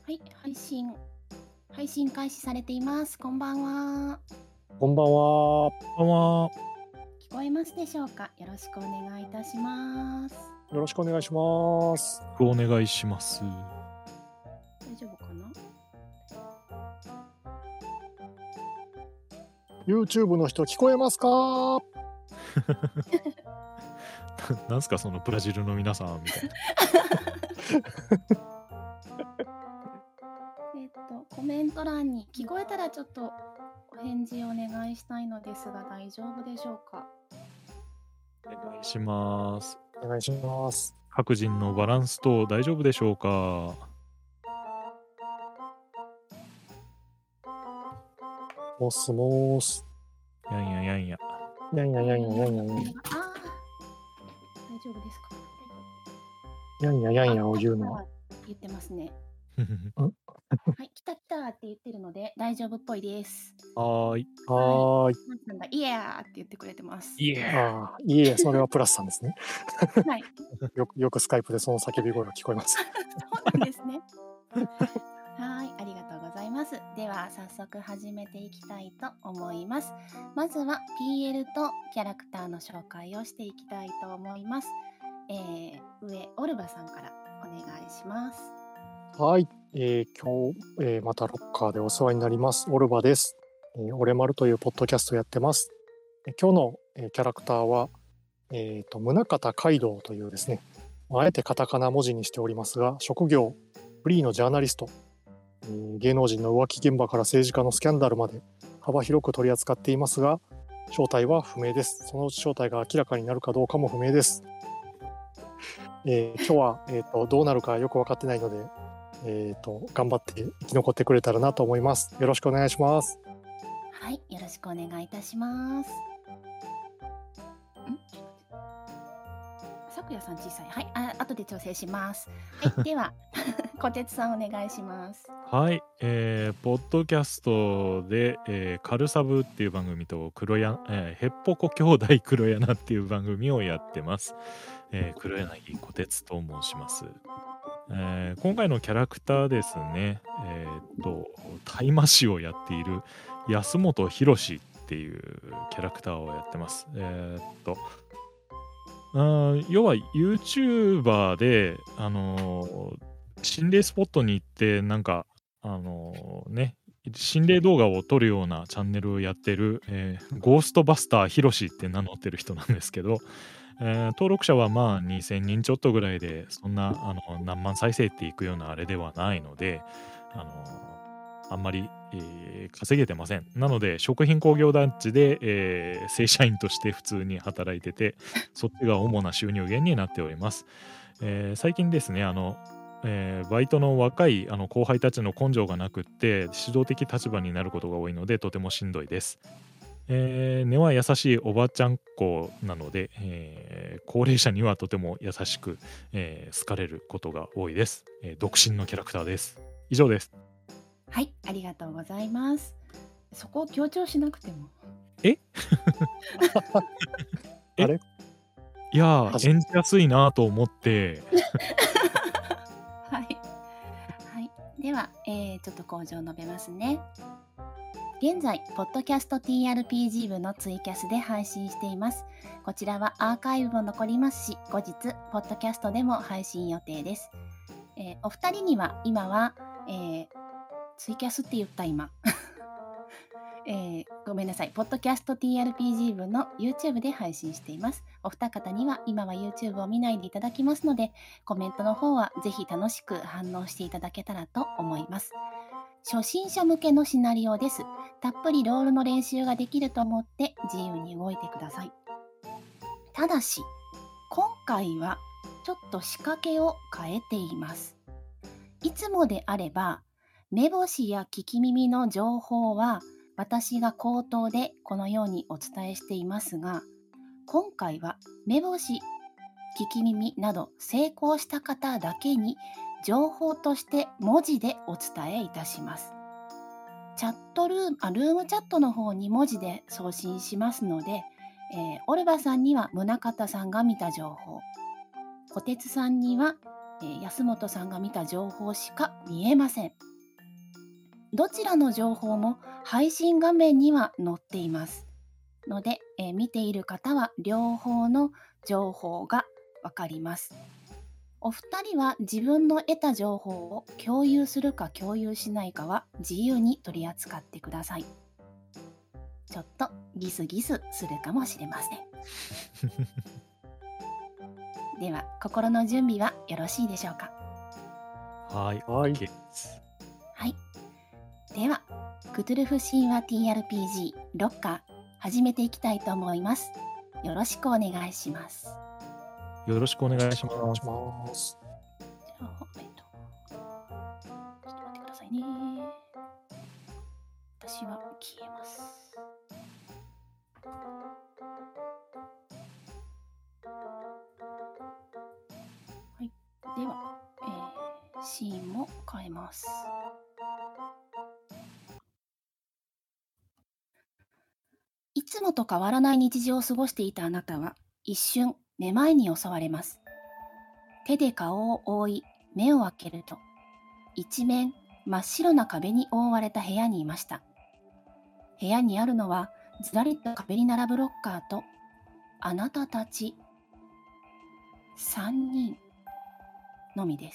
はい、配信開始されています。こんばんは。 こんばんは。 こんばんは。 聞こえますでしょうか。よろしくお願いいたします。 よろしくお願いします。 お願いします。 大丈夫かな。 YouTube の人聞こえますか？ なんすかそのブラジルの皆さんみたいな。 コメント欄に聞こえたらちょっとお返事お願いしたいのですが大丈夫でしょうか。 お願いします。 お願いします。 各人のバランスと大丈夫でしょうか。 モスモース。 やんややんや。 やんややんややんややんや。 大丈夫ですか。 やんややんやを言うのは。 言ってますね。 はい、来たって言ってるので大丈夫っぽいです。 はーい。 はーい。 なんだイエーって言ってくれてます。 イエー。 ああ、いえ、それはプラスさんですね。 はい。 よくスカイプでその叫び声が聞こえます。 そうなんですね。はい、ありがとうございます。では早速始めていきたいと思います。まずは PL とキャラクターの紹介をしていきたいと思います。上オルバさんからお願いします。 はい。今日、またロッカーでお世話になります。オルバです。オレマルというポッドキャストやってます。今日の、キャラクターは、宗像街道というですね、あえてカタカナ文字にしておりますが、職業フリーのジャーナリスト、芸能人の浮気現場から政治家のスキャンダルまで幅広く取り扱っていますが、正体は不明です。そのうち正体が明らかになるかどうかも不明です。今日は、どうなるかよく分かってないので、頑張って生き残ってくれたらなと思います。よろしくお願いします。 はい、よろしくお願いいたします。さくやさん小さい。はい、後で調整します。はい、では小鉄さんお願いします。 はい、ポッドキャストで、カルサブっていう番組とヘッポコ兄弟黒柳っていう番組をやってます。黒柳小鉄と申します。今回のキャラクターですね、大麻師をやっている安本博史っていうキャラクターをやってます。要は YouTuber で、心霊スポットに行ってなんか心霊動画を撮るようなチャンネルをやってる、ゴーストバスターヒロシって名乗ってる人なんですけど、登録者はまあ2000人ちょっとぐらいで、そんな何万再生っていくようなあれではないので、あんまり、稼げてません。なので食品工業団地で、正社員として普通に働いてて、そっちが主な収入源になっております。最近ですね、バイトの若い後輩たちの根性がなくって指導的立場になることが多いのでとてもしんどいです。根は優しいおばちゃん子なので、高齢者にはとても優しく、好かれることが多いです。独身のキャラクターです。以上です。 はい、ありがとうございます。そこを強調しなくても。 えあれいやー、演じやすいなと思って。 はい。はい。では、ちょっと口上述べますね。現在、ポッドキャスト TRPG 部のツイキャスで配信しています。こちらはアーカイブも残りますし、後日、ポッドキャストでも配信予定です。お二人には今は、ツイキャスって言った今。ごめんなさい。ポッドキャスト TRPG 部の YouTube で配信しています。お二方には今は YouTube を見ないでいただきますので、コメントの方はぜひ楽しく反応していただけたらと思います。初心者向けのシナリオです。たっぷりロールの練習ができると思って自由に動いてください。ただし、今回はちょっと仕掛けを変えています。いつもであれば、目星や聞き耳の情報は私が口頭でこのようにお伝えしていますが、今回は目星、聞き耳など成功した方だけに情報として文字でお伝えいたします。ルームチャットの方に文字で送信しますので、オルバさんには宗像さんが見た情報、小鉄さんには安本さんが見た情報しか見えません。どちらの情報も配信画面には載っていますので、見ている方は両方の情報がわかります。お二人は自分の得た情報を共有するか共有しないかは自由に取り扱ってください。ちょっとギスギスするかもしれません。では、心の準備はよろしいでしょうか。 はい、 はい OK です。 はい。では、クトゥルフ神話 TRPG ロッカー始めていきたいと思います。よろしくお願いします。 よろしくお願いしお願いします。 ます。 じゃあ、ちょっと待ってくださいね。私は消えます。はい。では、シーンも変えます。いつもと変わらない日常を過ごしていたあなたは、一瞬、めまいに襲われます。手で顔を覆い、目を開けると、一面真っ白な壁に覆われた部屋にいました。部屋にあるのは、ずらりと壁に並ぶロッカーと、あなたたち3人のみです。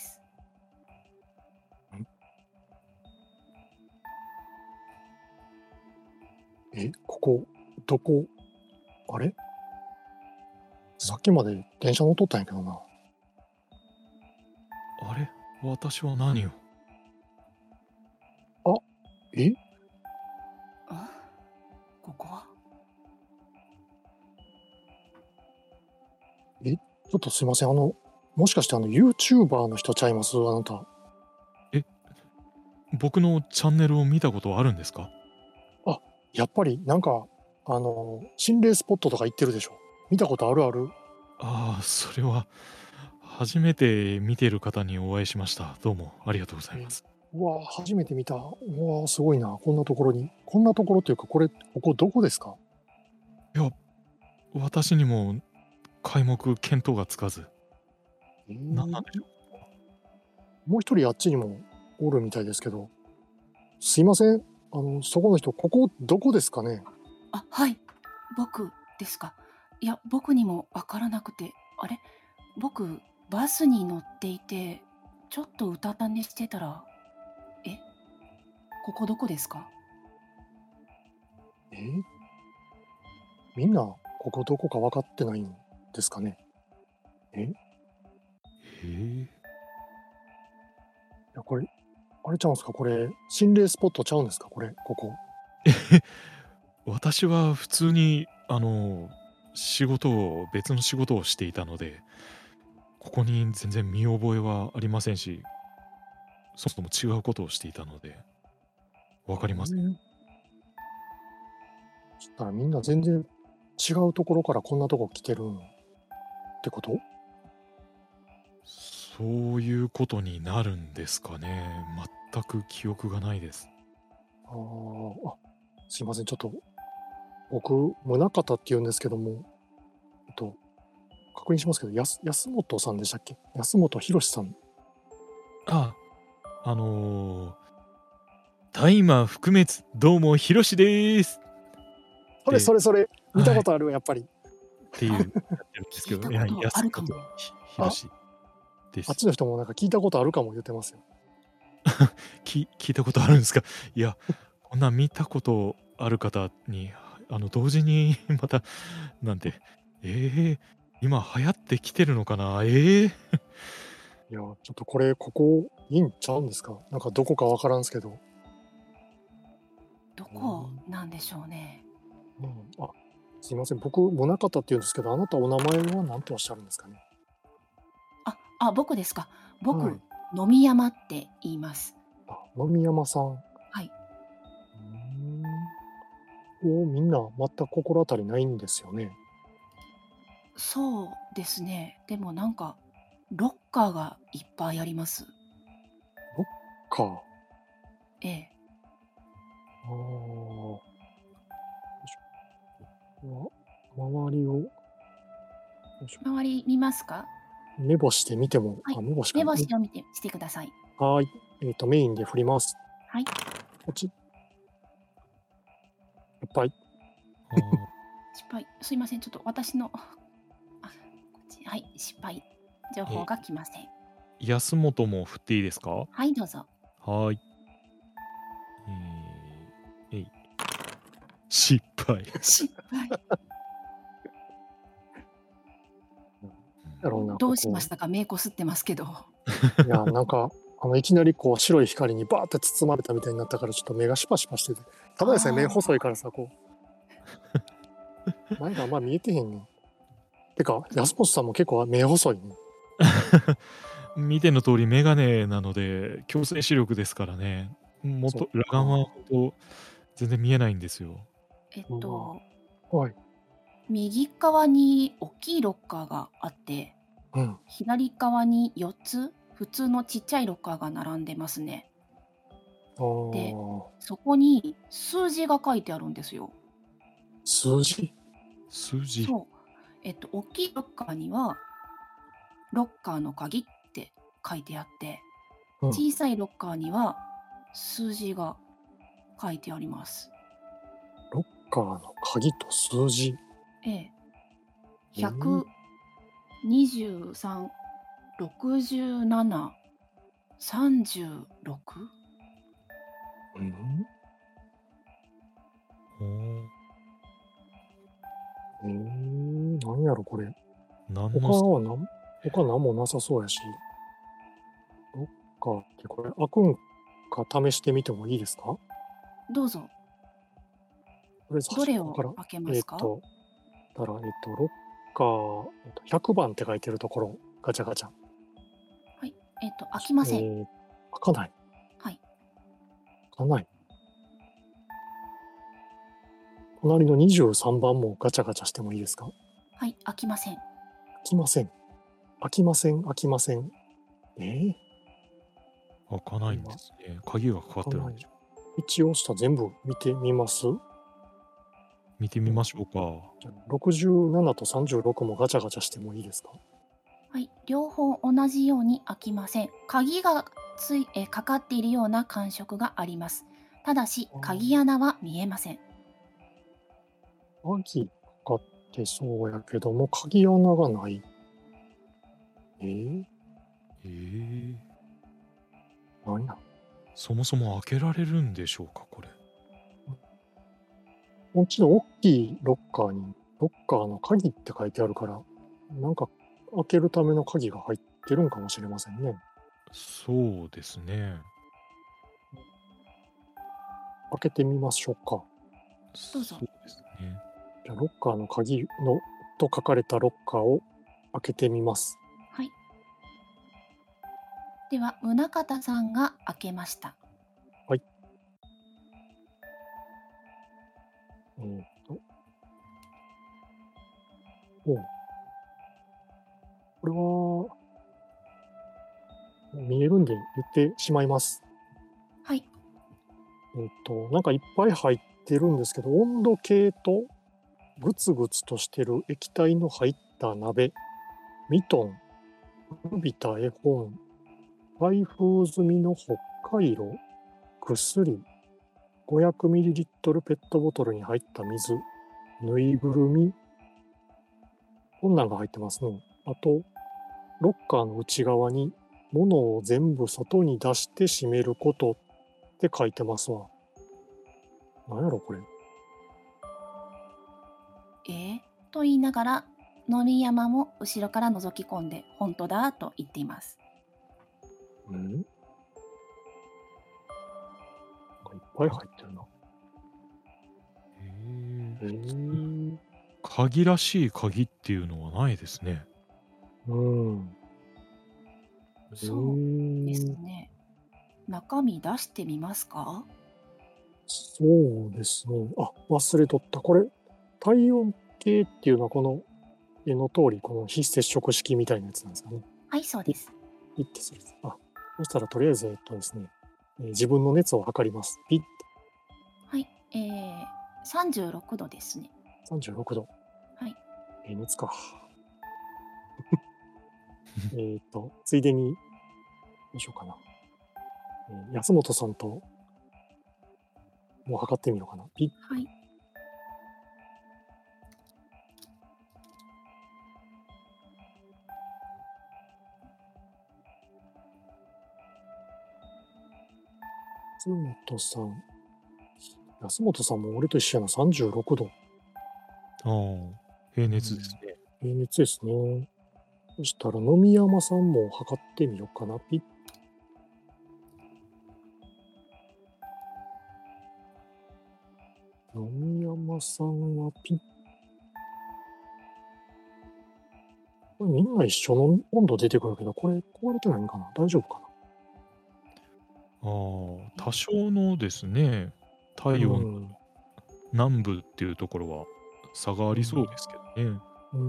ここ、どこ、あれさっきまで電車乗っとったんやけどな。 あれ、私は何を？ あ、ここはちょっとすいません。もしかしてYouTuber の人ちゃいます？あなた。 僕のチャンネルを見たことあるんですか？ やっぱりなんか、心霊スポットとか行ってるでしょ。見たことあるある。 ああ、それは初めて見ている方にお会いしました。どうもありがとうございます。 うわ初めて見た。うわすごいな。こんなところに。こんなところっていうか、ここどこですか？ いや、私にも皆目見当がつかず、何なんでしょもう一人あっちにもおるみたいですけど。すいません。そこの人、ここどこですかね？ あ、はい。僕ですか。いや、僕にもわからなくて、あれ僕、バスに乗っていて、ちょっとうたた寝してたら、ここどこですか？ みんな、ここどこか分かってないんですかね？ う。へえ。 いや、これ、あれちゃうんすか？これ、心霊スポットちゃうんですか？ここ。 私は普通に別の仕事をしていたので、ここに全然見覚えはありませんし、そもそも違うことをしていたので、わかりません。 そしたらみんな全然違うところからこんなとこ来てるんってこと？ そういうことになるんですかね。全く記憶がないです。 すいません。ちょっと、僕、宗像って言うんですけども、確認しますけど、安本さんでしたっけ？安本博さん。 あ、あの大麻覆滅、どうも、ひろしですそれで、 それそれ、見たはい、っことある、やっぱり。 ていう、やってるんですけど、いや、 聞いたことあ安るかも。 本ひろしです。 あっちの人もなんか聞いたことあるかも言ってますよ。 聞いたことあるんですか？いや、こんな見たことある方に、同時にまた、なんて、今流行ってきてるのかな？ いや、ちょっとここ、いいんちゃうんですか？なんかどこかわからんすけど。 どこなんでしょうね。 すいません。僕、宗像って言うんですけど、あなたお名前は何ておっしゃるんですかね？ 僕ですか。僕、 はい。 飲み山って言います。 野見山さん。 はい。 みんな全く心当たりないんですよね。 そうですね。でもなんか、ロッカーがいっぱいあります。 か。 ええ。 よいしょ周りを、よいしょ。 周り見ますか？ 目星で見ても、 はい。 目星かな。 目星をしてください。 はい。メインで振ります。 はい。 こっち。いっぱい。 あー失敗。すいません。ちょっと私の、こっち。はい。失敗。情報が来ません。 安本も振っていいですか？ はい、どうぞ。 はーい。失敗。 失敗。 やろうな、 どうしまこしたか？目こすってますけど。 いや、なんか、いきなりこう白い光にバーって包まれたみたいになったからちょっと目がシパシパしてて。ただでさえ目細いからさ、こう、前があんま見えてへんねん。てか、安本さんも結構目細いね。 見ての通りメガネなので、強制視力ですからね。 そっか裸眼は本当全然見えないんですよ。 はい。 右側に大きいロッカーがあって、 うん。 左側に4つ、普通のちっちゃいロッカーが並んでますね。 あで、 ーそこに数字が書いてあるんですよ。 数字数字。 そう。大きいロッカーには、ロッカーの鍵って書いてあって、 うん。 小さいロッカーには数字が書いてあります。 ロッカーの鍵と数字。 ええ。 うん 123、67、36? うんおー何やろこれ。 何の他何もなさそうやし。ロッカーってこれ開くんか試してみてもいいですか？ どうぞ。 とりあえずどれを端っこから。 開けますか？ ロッカー、100番って書いてるところ、ガチャガチャ。 はい。開きません。 開かない。 はい。 開かない。隣の23番もガチャガチャしてもいいですか？ はい。開きません。 開きません。開きません。開きません。 開かないんですね。鍵がかかってるんでしょ一応下全部見てみます。 見てみましょうか。 じゃあ67と36もガチャガチャしてもいいですか？ はい。両方同じように開きません。鍵がかかっているような感触があります。ただし、鍵穴は見えません。 鍵かかってそうやけども、鍵穴がない。何や。 そもそも開けられるんでしょうか、これ。 こっちの大きいロッカーに、ロッカーの鍵って書いてあるから、なんか開けるための鍵が入ってるんかもしれませんね。 そうですね。 開けてみましょうか。 どうぞそうですね。 じゃあロッカーの鍵のと書かれたロッカーを開けてみます。 はい。では、宗像さんが開けました。 おうこれは、見えるんで言ってしまいます。 はい。 なんかいっぱい入ってるんですけど、温度計とグツグツとしてる液体の入った鍋、ミトン、古びた絵本、開封済みの北海道、薬、500ml ペットボトルに入った水、ぬいぐるみ、こんなんが入ってますね。あと、ロッカーの内側に物を全部外に出して閉めることって書いてますわ。なんやろこれ。 と言いながら、のり山も後ろから覗き込んで、本当だと言っています。 なんかいっぱい入ってるな。 鍵らしい鍵っていうのはないですね。 そうですね。中身出してみますか？ そうですね。あ、忘れとった。これ、体温計っていうのはこの絵の通り、この非接触式みたいなやつなんですかね。 はい、そうです。 ピッてする。あ、そしたらとりあえず、ですね、自分の熱を測ります。ピッはい、36度ですね。 36度。 はい。 熱か。 ついでに、どうしようかな。安本さんともう測ってみようかな。ピッ、 はい。 安本さんも俺と一緒やな、36度。 ああ、平熱ですね。 平熱ですね。そしたら、野見山さんも測ってみようかな。ピッ。野見山さんはピッ。これみんな一緒の温度出てくるけど、これ壊れてないんかな、大丈夫かな。 ああ、多少のですね、体温うん。 南部っていうところは差がありそうですけどね。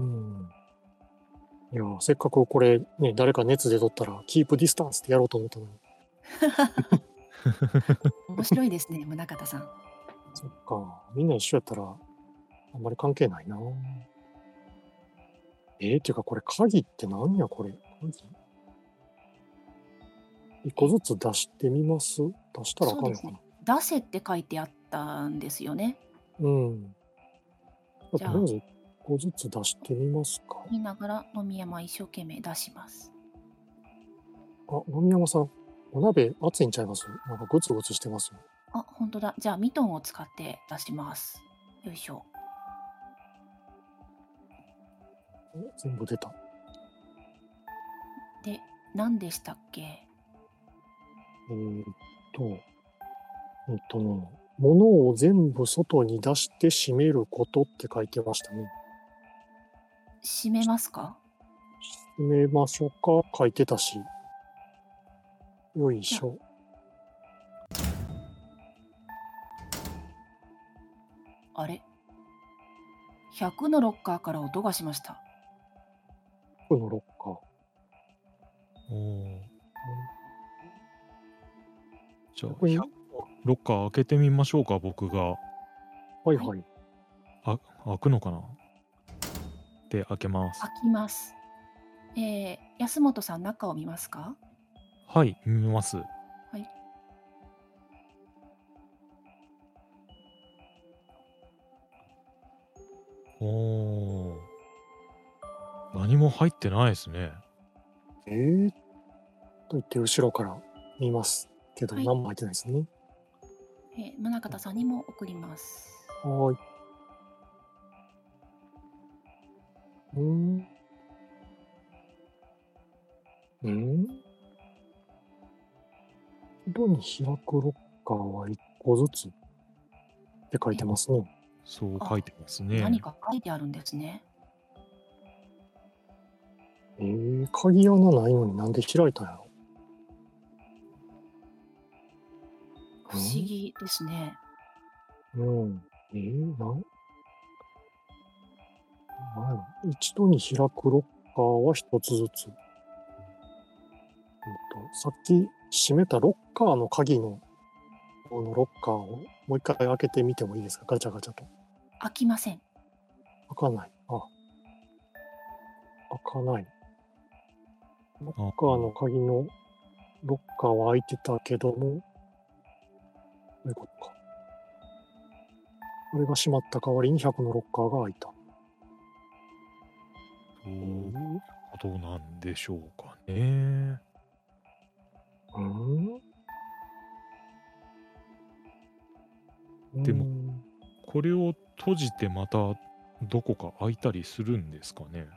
いや、せっかくこれね、誰か熱で取ったら、キープディスタンスってやろうと思ったのに。 面白いですね、宗像さん。 そっか。みんな一緒やったら、あんまり関係ないな。っていうかこれ鍵って何やこれ。鍵一個ずつ出してみます？出したらあそうですね。 かんのかな。 出せって書いてあったんですよね。 うん。 じゃあ、 とりあえず一個ずつ出してみますか。 言いながら野見山一生懸命出します。 野見山さん、お鍋熱いんちゃいます？なんかグツグツしてますよ。 あ、本当だ。じゃあ、ミトンを使って出します。よいしょ。 全部出た。 で、何でしたっけ？ 物を全部外に出して閉めることって書いてましたね。 閉めますか？ 閉めましょうか。書いてたし。よいしょ。 あれ ?100 のロッカーから音がしました。 このロッカー。 おーじゃあ、 ここに 100のロッカー開けてみましょうか、僕が。 はいはい。 開くのかなで、開けます。 開きます。安本さん、中を見ますか？ はい、見ます。 はい。 おー。何も入ってないですね。 と言って後ろから見ますけど、 はい何も入ってないですね。 宗像さんにも送ります。 はーい。戸に開くロッカーは1個ずつって書いてますね。 そう書いてますね。 何か書いてあるんですね。 鍵穴ないのになんで開いたんやろ。 不思議ですね。 一度に開くロッカーは1つずつ。さっき閉めたロッカーの鍵のこのロッカーをもう一回開けてみてもいいですか？ガチャガチャと。 開きません。 開かない。開かない。ロッカーの鍵のロッカーは開いてたけども、そういうことか。これが閉まった代わりに100のロッカーが開いた。 そういうことなんでしょうかね。でも、これを閉じてまたどこか開いたりするんですかね。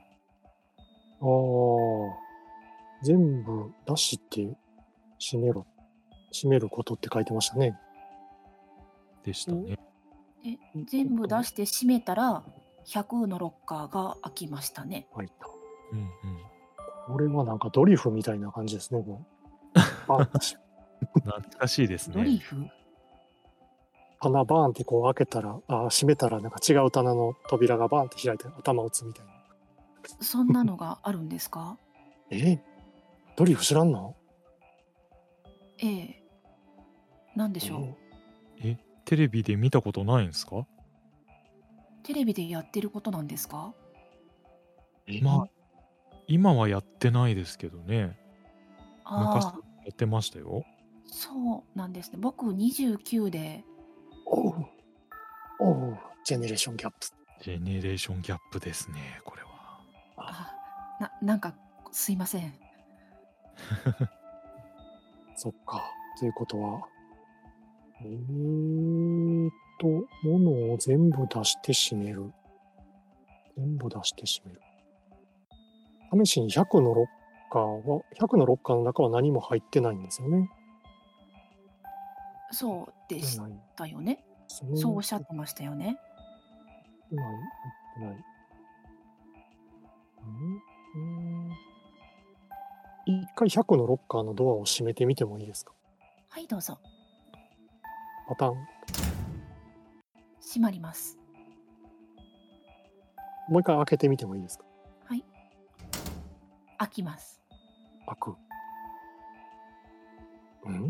全部出して閉めろ。閉めることって書いてましたね。 でしたね。 で、全部出して閉めたら、100のロッカーが開きましたね。 開いた。 うんうん。 これはなんかドリフみたいな感じですね。バンって懐かしいですドリね。 フ棚バーンってこう開けたら、閉めたらなんか違う棚の扉がバーンって開いて頭打つみたいな。 そんなのがあるんですか？ ドリフ知らんの？ ええ。なんでしょう。 テレビで見たことないんですか？ テレビでやってることなんですか？ まあ、 今はやってないですけどね。昔ああ、 やってましたよ。 そうなんですね。僕29で、 おう、おう、ジェネレーションギャップ。 ジェネレーションギャップですね、これは。 あ、なんかすいません。 そっか。ということは、物を全部出して閉める。全部出して閉める。試しに100のロッカーは、100のロッカーの中は何も入ってないんですよね。 そうでし入ってないでたよね。 すね。 そうおっしゃってましたよね。 入ってない。一回100のロッカーのドアを閉めてみてもいいですか？ はい、どうぞ。 パターン。 閉まります。 もう一回開けてみてもいいですか？ はい。開きます。 開く。ん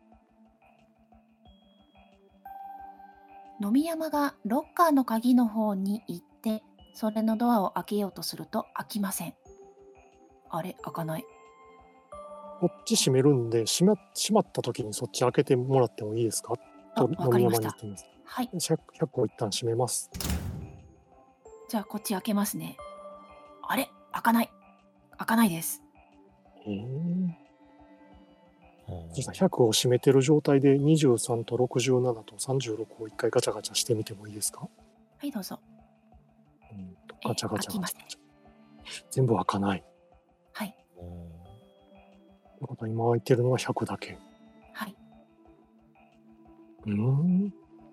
野見山がロッカーの鍵の方に行って、それのドアを開けようとすると開きません。あれ、開かない。 こっち閉めるんで、閉まった時にそっち開けてもらってもいいですか？ あ、 と飲みわかりました。 山に言ってみます。 はい。 100個一旦閉めます。 じゃあこっち開けますね。あれ、開かない。開かないです。 へえ。 あそしたら100を閉めてる状態で23と67と36を一回ガチャガチャしてみてもいいですか？ はい、どうぞ。 ガチャガチャ開きません。 ガチャガチャ。全部開かない。 はい。 あ。 ということは今開いてるのは100だけ。 はい。 むむ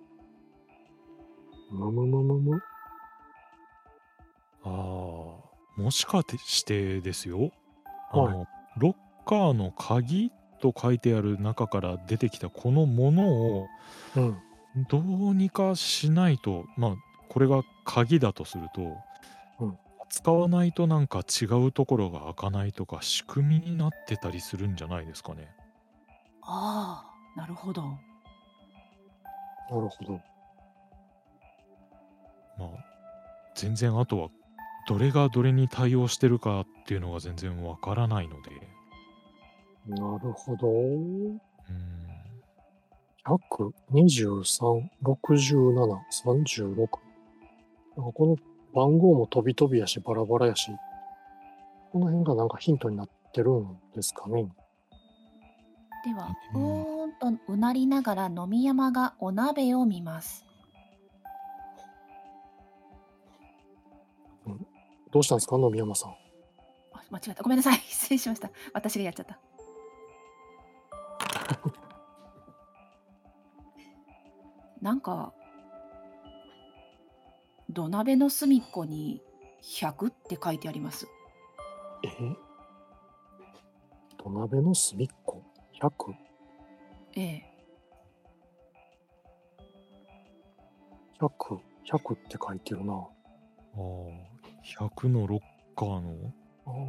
むむむ。 ああ、もしかしてですよ。 はい。 ロッカーの鍵と書いてある中から出てきたこのものをうん。 どうにかしないと、これが鍵だとすると、 うん使わないとなんか違うところが開かないとか仕組みになってたりするんじゃないですかね。 ああ、なるほど。 なるほど。 まあ、全然あとはどれがどれに対応してるかっていうのが全然わからないので。 なるほど。 うーん。 100、23、67、36。なんかこの番号も飛び飛びやし、バラバラやし、この辺がなんかヒントになってるんですかね。 では、 えーとうなりながら野見山がお鍋を見ます。 どうしたんですか、野見山さん。 あ、間違えた。ごめんなさい。失礼しました。私がやっちゃった。なんか、土鍋の隅っこに100って書いてあります。 土鍋の隅っこ 100？ ええ。 100、100って書いてるな。 ああ、100のロッカーの。 あー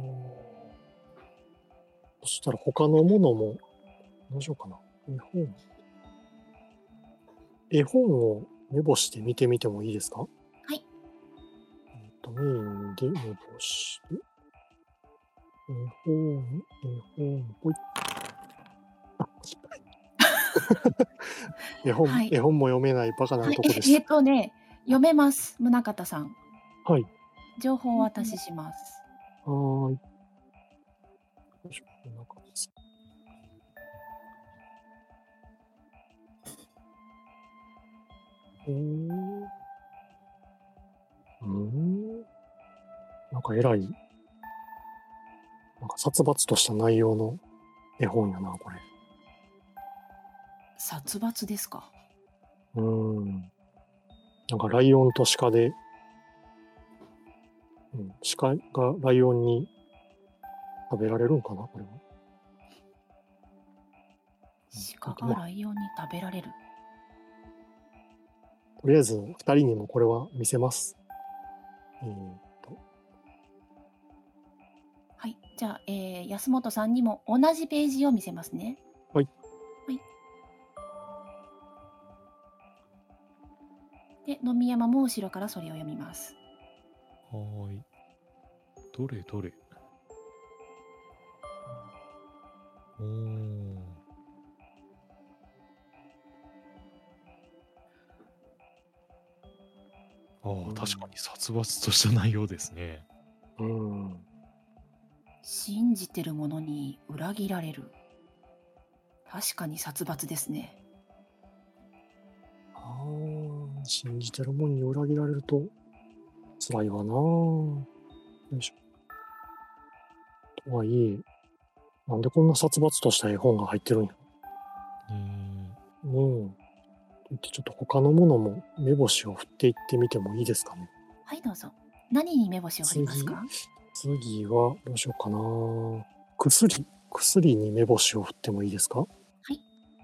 そしたら他のものも、どうしようかな。絵本を目星で見てみてもいいですか？ はい。 メインで目星で。絵本、ぽい。あ、失敗。 はい。 絵本も読めないバカなはい。 男でした。 読めます。宗像さん。 はい。 情報をお渡しします。 はーい。よいしょなんかなんか偉い、なんか殺伐とした内容の絵本やな、これ。 殺伐ですか。 なんかライオンと鹿で、鹿がライオンに食べられるんかな、これは。 鹿がライオンに食べられる。 とりあえず、二人にもこれは見せます。 はい。じゃあ、安本さんにも同じページを見せますね。 はい。 はい。で、野見山も後ろからそれを読みます。 はーい。どれどれ。 おー。ああ、確かに殺伐とした内容ですね。 信じてるものに裏切られる。確かに殺伐ですね。 信じてるもんに裏切られると辛いわな。よいしょ。とはいえ、なんでこんな殺伐とした絵本が入ってるんや。ちょっと他のものも目星を振っていってみてもいいですかね。 はい、どうぞ。何に目星を振りますか？ 次はどうしようかな。薬に目星を振ってもいいですか？ はい。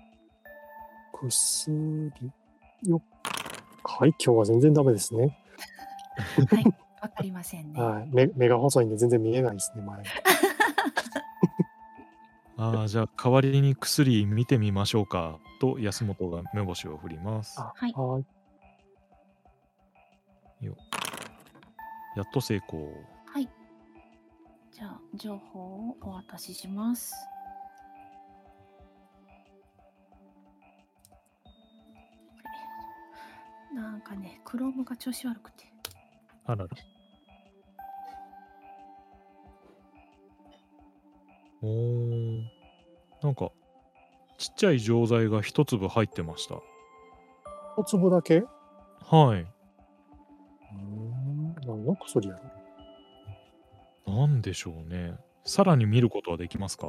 薬よ。はい、今日は全然ダメですね。 はい、わかりませんね。 はい、目が細いんで全然見えないですね、前。 ああ、じゃあ代わりに薬見てみましょうかと安本が目星を振ります。 はい。 よ。やっと成功。 はい。じゃあ情報をお渡しします。なんかね、Chrome が調子悪くて。 あらら。おー。なんか、ちっちゃい錠剤が一粒入ってました。 一粒だけ？ はい。 何の薬やろ？ なんでしょうね。さらに見ることはできますか？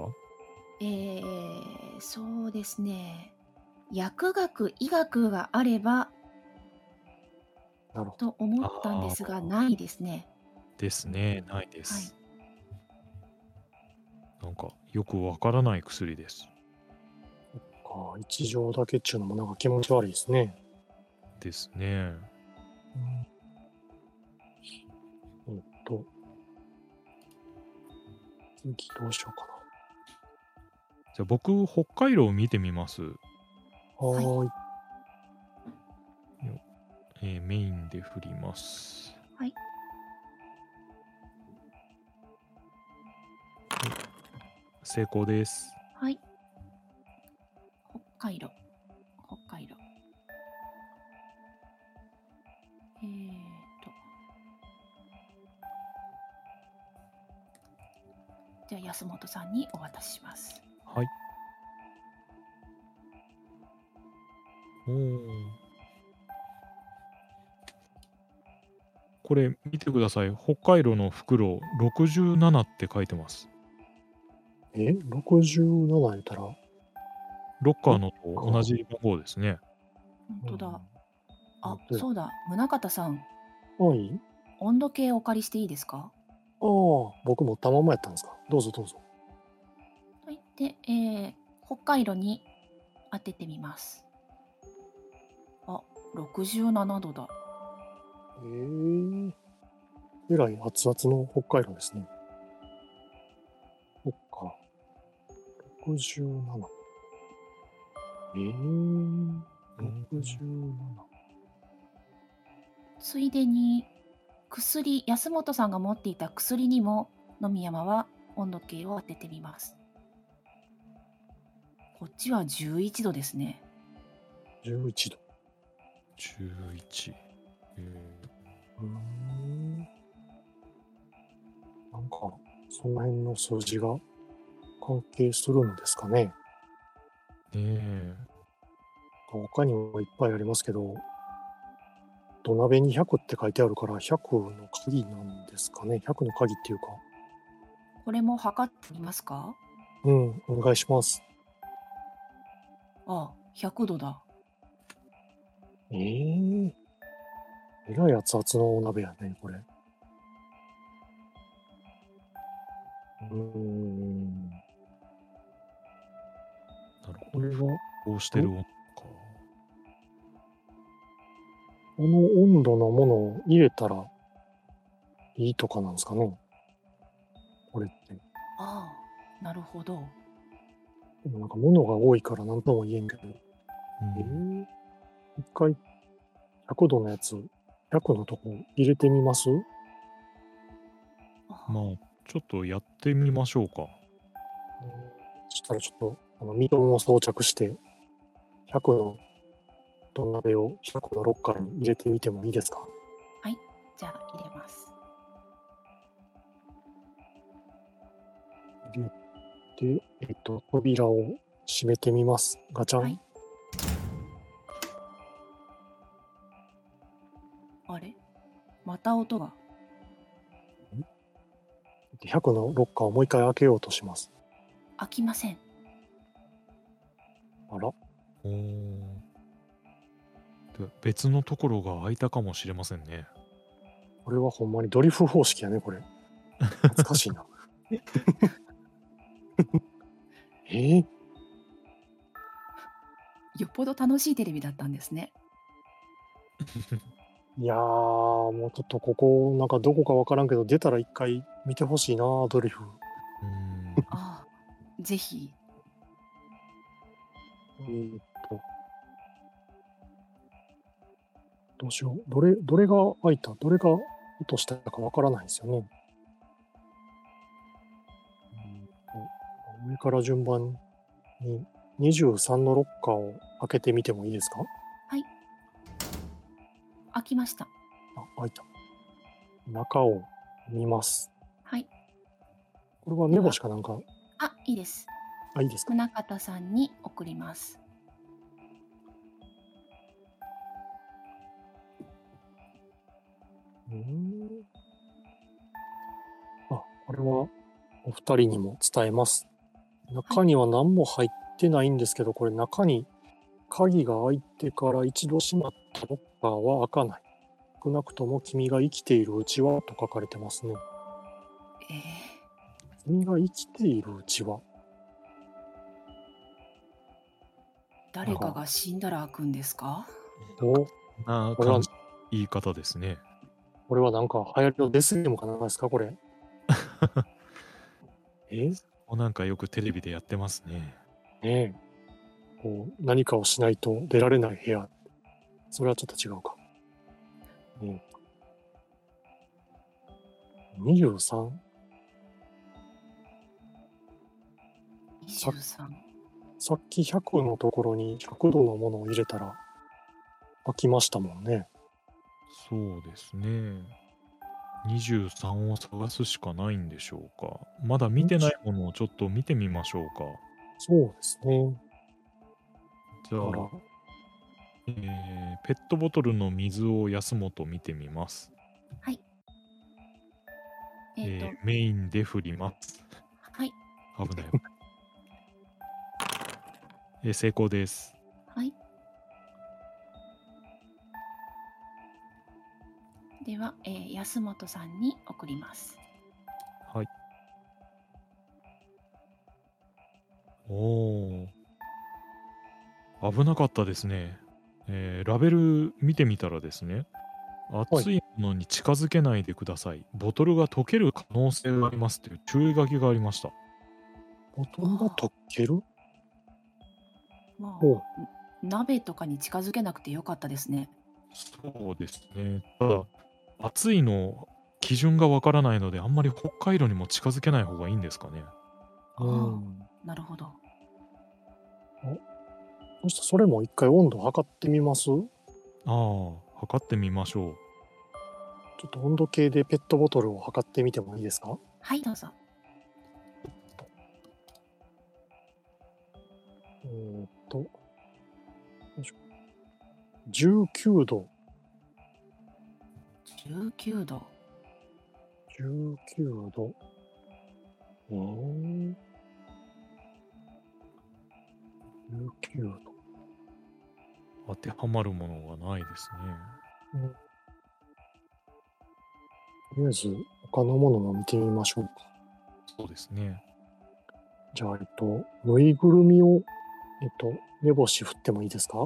そうですね。薬学、医学があればなるほと思ったんですが、ないですね。 ですね。ないではい。 す。なんか、よくわからない薬です。 ど。一錠だけっちゅうのもなんか気持ち悪いですね。 ですね。 次どうしようかじゃあ僕、北海道を見てみます。 な。はーい。 メインで振ります。 はい。 成功です。 はい。北海道。北海道。じゃあ安本さんにお渡しします。 はい。おー。これ見てください。北海道の袋67って書いてます。 67言ったら、 ロッカーのと同じ番号ですね。 本当だ。あ本、当や。 そうだ。宗像さん、 はい。 温度計お借りしていいですか？ 僕持ったままやったんですか。どうぞどうぞ。 はい。で、北海道に当ててみます。あ、67度だ。 えらい熱々の北海道ですね。そっか。67。67。 ついでに薬、安本さんが持っていた薬にも野見山は温度計を当ててみます。こっちは11度ですね。 11度。 11。 なんか、その辺の数字が関係するんですかね。 ねえ。 他にもいっぱいありますけど、土鍋に100って書いてあるから100の鍵なんですかね。100の鍵っていうか。 これも測ってみますか？ お願いします。 あ、100度だ。 えらい熱々のお鍋やね、これ。 なるほど。 これは、 こうしてる温度か。 この温度のものを入れたらいいとかなんですかね。これって。 ああ、なるほど。 でもなんか物が多いから何とも言えんけど。一回100度のやつ、100のとこ入れてみます？ まあ、ちょっとやってみましょうか。 ちしたらちょっと、ミトンを装着して、100の土鍋を100のロッカーに入れてみてもいいですか？ はい。じゃあ入れます。 入れて、扉を閉めてみます。ガチャン。 はい。あれまた音が。 100のロッカーをもう一回開けようとします。 開きません。 あら、 おー。で別のところが開いたかもしれませんね。 これはほんまにドリフ方式やね、これ。懐かしいな。 よっぽど楽しいテレビだったんですね。 いやー、もうちょっとここ、なんかどこかわからんけど、出たら一回見てほしいな、ドリフ。 ああ、ぜひ。 どうしよう。どれが開いた、どれが音したかわからないですよね。上から順番に23のロッカーを開けてみてもいいですか？ はい。開きました。 あ、開いた。中を見ます。 はい。 これは目星かなんか、 あ、いいです。 あ、いいですか？ 宗像さんに送ります。 あ、これはお二人にも伝えます。中には何も入ってないんですけど、これ中に鍵が開いてから一度閉まったロッカーは開かない。少なくとも君が生きているうちはと書かれてますね。君が生きているうちは。 誰かが死んだら開くんですか？ お、 なこれは感じ言い方ですね。 これはなんか流行りのデスゲームかなんかですかこれ。 なんかよくテレビでやってますね。 ねえ。こう何かをしないと出られない部屋。それはちょっと違うか。23? 23。 さっき100のところに100度のものを入れたら開きましたもんね。 そうですね。23を探すしかないんでしょうか。まだ見てないものをちょっと見てみましょうか。 そうですね。 じゃあ、ペットボトルの水を安本見てみます。 はい。 メインで振ります。 はい。 危ない。成功です。 はい。では、安本さんに送ります。 はい。おー。危なかったですね。ラベル見てみたらですね、熱いものに近づけないでください。ボトルが溶ける可能性がありますという注意書きがありました。 ボトルが溶ける？ まあ、鍋とかに近づけなくてよかったですね。 そうですね。ただ、熱いの基準がわからないので、あんまり北海道にも近づけない方がいいんですかね。 なるほど。 そしてそれも一回温度測ってみます？ 測ってみましょう。 ちょっと温度計でペットボトルを測ってみてもいいですか？ はい、どうぞ。 19度。 19度。 19度。19度。 当てはまるものがないですね。 とりあえず他のものも見てみましょうか。 そうですね。 じゃあ、ぬいぐるみを、目星振ってもいいですか？ はい、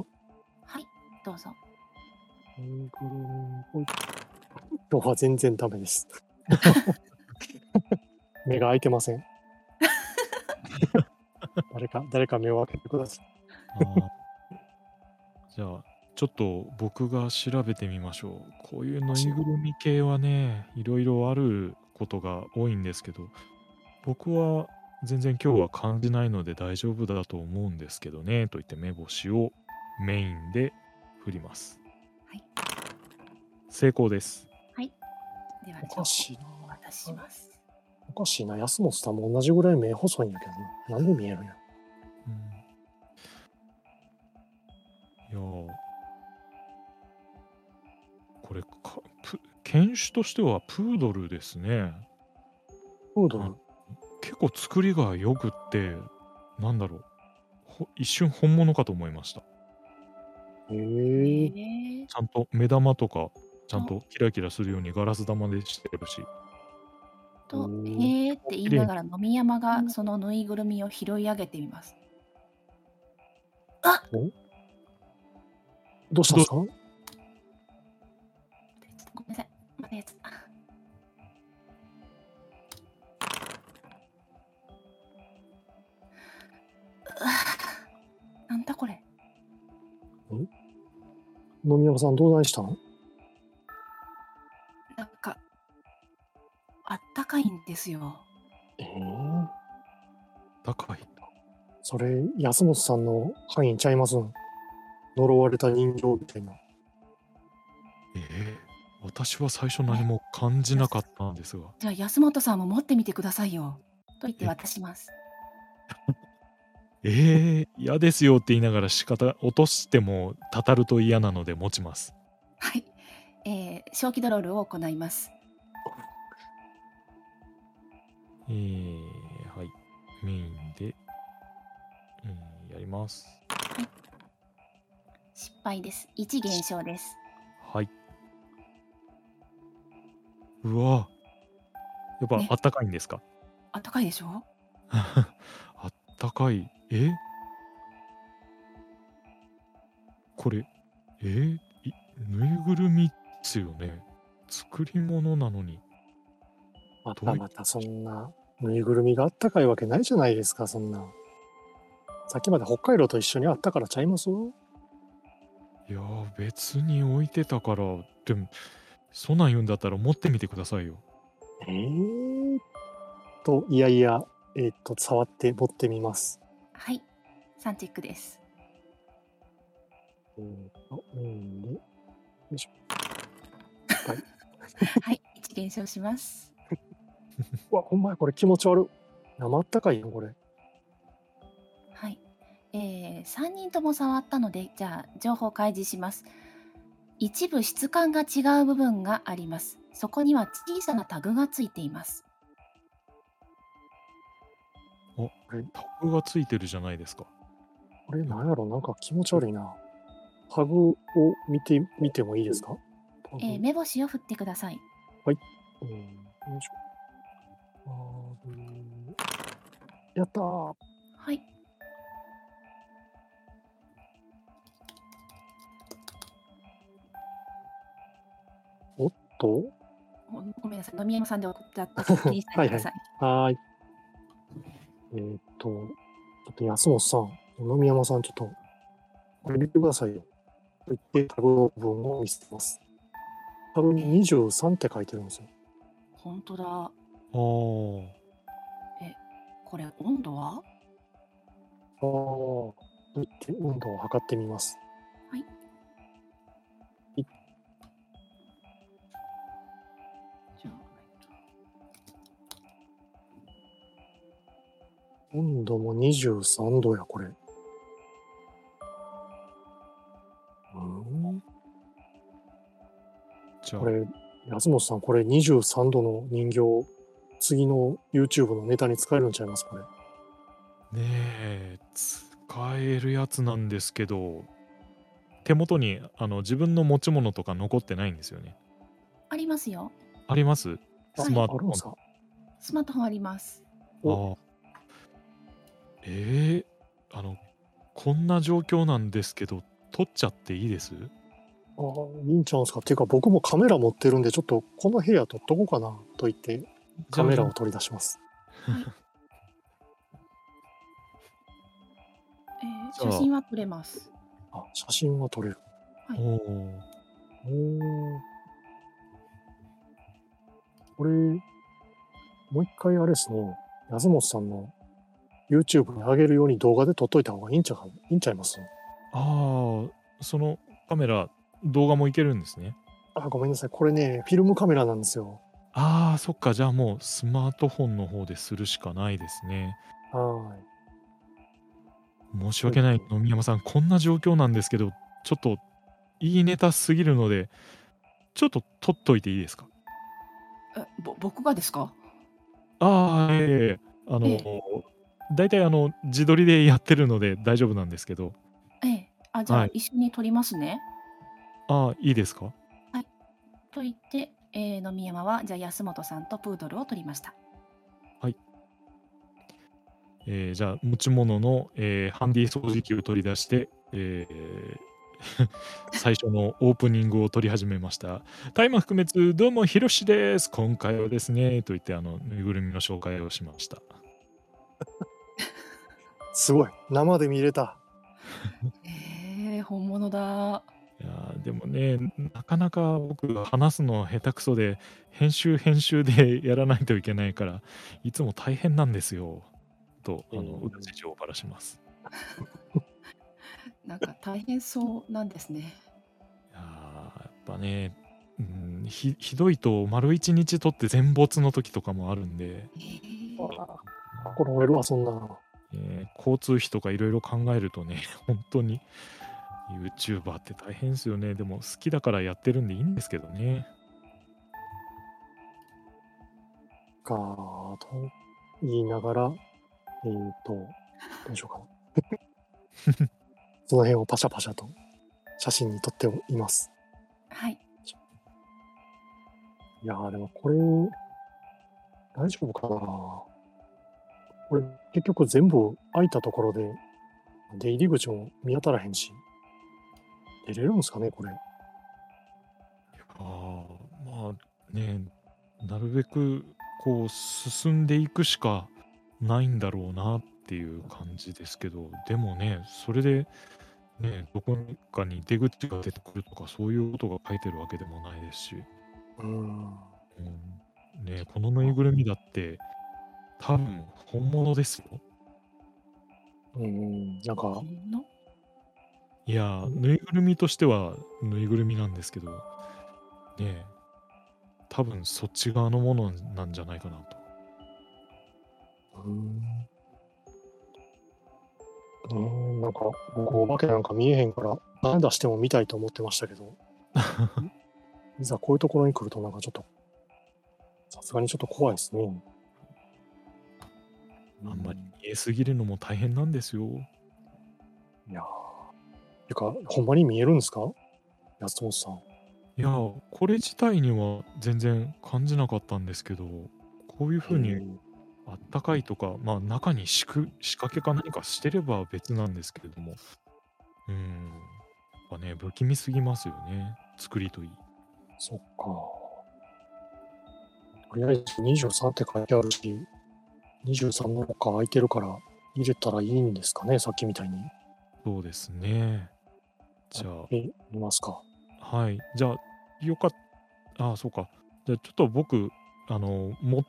どうぞ。 ぬいぐるみ、今日は全然ダメです。目が開いてません。誰か目を開けてください。 じゃあ、ちょっと僕が調べてみましょう。こういうぬいぐるみ系はね、いろいろあることが多いんですけど、僕は全然今日は感じないので大丈夫だと思うんですけどね、と言って目星をメインで振ります。 はい。 成功です。 はい。では、 おかしいな。 渡します。 おかしいな。安本さんも同じぐらい目細いんやけどな。なんで見えるんや。 いやー、これ犬種としてはプードルですね。あプードル。 結構作りが良くって、なんだろう。一瞬本物かと思いました。 へえ。 ちゃんと目玉とか、ちゃんとキラキラするようにガラス玉でしてるし。 と、 へえ。 へーって言いながら、飲み山がそのぬいぐるみを拾い上げてみます。あっ、 どうしたんですか？ ごめんなさい。またやつ。なんだこれ。 野宮さんどうないしたの？ なんか、あったかいんですよ。 高い。 それ、安本さんの範囲ちゃいますん？呪われた人形みたいな。 私は最初何も感じなかったんですが。 じゃあ安本さんも持ってみてくださいよ。と言って渡します。 嫌ですよって言いながら落としてもたたると嫌なので持ちます。 はい。正気ドロールを行います。 はい。メインで、やります。 はい。失敗です。1減少です。 はい。うわやっぱあったかいんですか？ あったかいでしょ？ あったかい。これ、ぬいぐるみっすよね。作り物なのに。 またそんな、ぬいぐるみがあったかいわけないじゃないですか、そんな。さっきまで北海道と一緒にあったからちゃいます？ いや別に置いてたから、でも、そんなん言うんだったら持ってみてくださいよ。 いやいや、触って持ってみます。 はい。3チェックです。 よいしょ。はい。 はい。1減少します。 うわ、ほんまや、これ気持ち悪い。生あったかいよ、これ。 はい。3人とも触ったので、じゃあ、情報開示します。一部質感が違う部分があります。そこには小さなタグがついています。 タグがついてるじゃないですか。 これなんやろ、なんか気持ち悪いな。タグを見てもいいですか？ 目星を振ってください。 はい。よいしょ。やったー。 はい。 おっと？ ごめんなさい。飲み山さんで送っちゃった気にしないでください。 はい。ちょっと安本さん、野見山さん、ちょっと、これ見てくださいよ。と言ってタグの部分を見せます。タグに23って書いてるんですよ。 本当だ。 これ温度は？ と言って温度を測ってみます。 はい。じゃあ、 温度も23度や、これ。 じゃあこれ、安本さん、これ23度の人形、次の YouTube のネタに使えるんちゃいます、これ。 使えるやつなんですけど、手元に自分の持ち物とか残ってないんですよね。 ありますよ。 あります？スマートフォン。 あるんですか？ スマートフォンあります。 こんな状況なんですけど、撮っちゃっていいです？ いいんちゃうんすか？っていうか、僕もカメラ持ってるんで、ちょっとこの部屋撮っとこうかな、と言って、カメラを取り出します。 はい。写真は撮れます。 写真は撮れる。 はい。 これ、もう一回あれですね、安本さんの YouTube に上げるように動画で撮っといた方がいいんちゃいます？ ああ、そのカメラ、動画もいけるんですね。 あ、ごめんなさい。これね、フィルムカメラなんですよ。 ああ、そっか、じゃあもうスマートフォンの方でするしかないですね。 は申しい。 訳ない、野見山さん、こんな状況なんですけど、ちょっといいネタすぎるので、ちょっと撮っといていいですか？ 僕がですか？ ああ、ええええ。 ええ、 大体自撮りでやってるので大丈夫なんですけど。 ええ。じゃあはい。 一緒に撮りますね。 ああ、いいですか？ はい。と言って、野見山はじゃあ安本さんとプードルを撮りました。 はい。じゃあ、持ち物の、ハンディ掃除機を取り出して、最初のオープニングを撮り始めました。大麻含滅、どうも、ひろしです。今回はですね、と言って、ぬいぐるみの紹介をしました。 すごい。生で見れた。 本物だ。 いやでもね、なかなか僕、話すの下手くそで、編集でやらないといけないから、いつも大変なんですよ。と、裏事情をばらします。 なんか大変そうなんですね。 やっぱね、ひどいと丸一日取って全没の時とかもあるんで、 心折れるわ、そんな。 交通費とかいろいろ考えるとね、本当に YouTuber って大変ですよね。でも好きだからやってるんでいいんですけどね。 と言いながら、どうしようかな。その辺をパシャパシャと写真に撮っています。 はい。 いやー、でもこれ、大丈夫かな。これ、結局全部開いたところで、出入り口も見当たらへんし、出れるんですかね、これ。 まあね、なるべくこう進んでいくしかないんだろうなっていう感じですけど、でもね、それでね、どこかに出口が出てくるとかそういうことが書いてるわけでもないですし、ね、このぬいぐるみだって多分本物ですよ。 なんか、 いや、ぬいぐるみとしてはぬいぐるみなんですけど、ね、多分そっち側のものなんじゃないかなと。 なんか、僕、お化けなんか見えへんから、何出しても見たいと思ってましたけど、いざこういうところに来ると、なんかちょっと、さすがにちょっと怖いですね。 あんまり見えすぎるのも大変なんですよ。 いやてか、ほんまに見えるんですか？安本さん。 いや、これ自体には全然感じなかったんですけど、こういう風にあったかいとか、まあ中に仕掛けか何かしてれば別なんですけれども、やっぱね、不気味すぎますよね。作りといい。 そっか。とりあえず23って書いてあるし、23の中空いてるから入れたらいいんですかね、さっきみたいに。 そうですね。じゃ見ますか。 はい。じゃあ、そうか。じゃあちょっと僕、持って、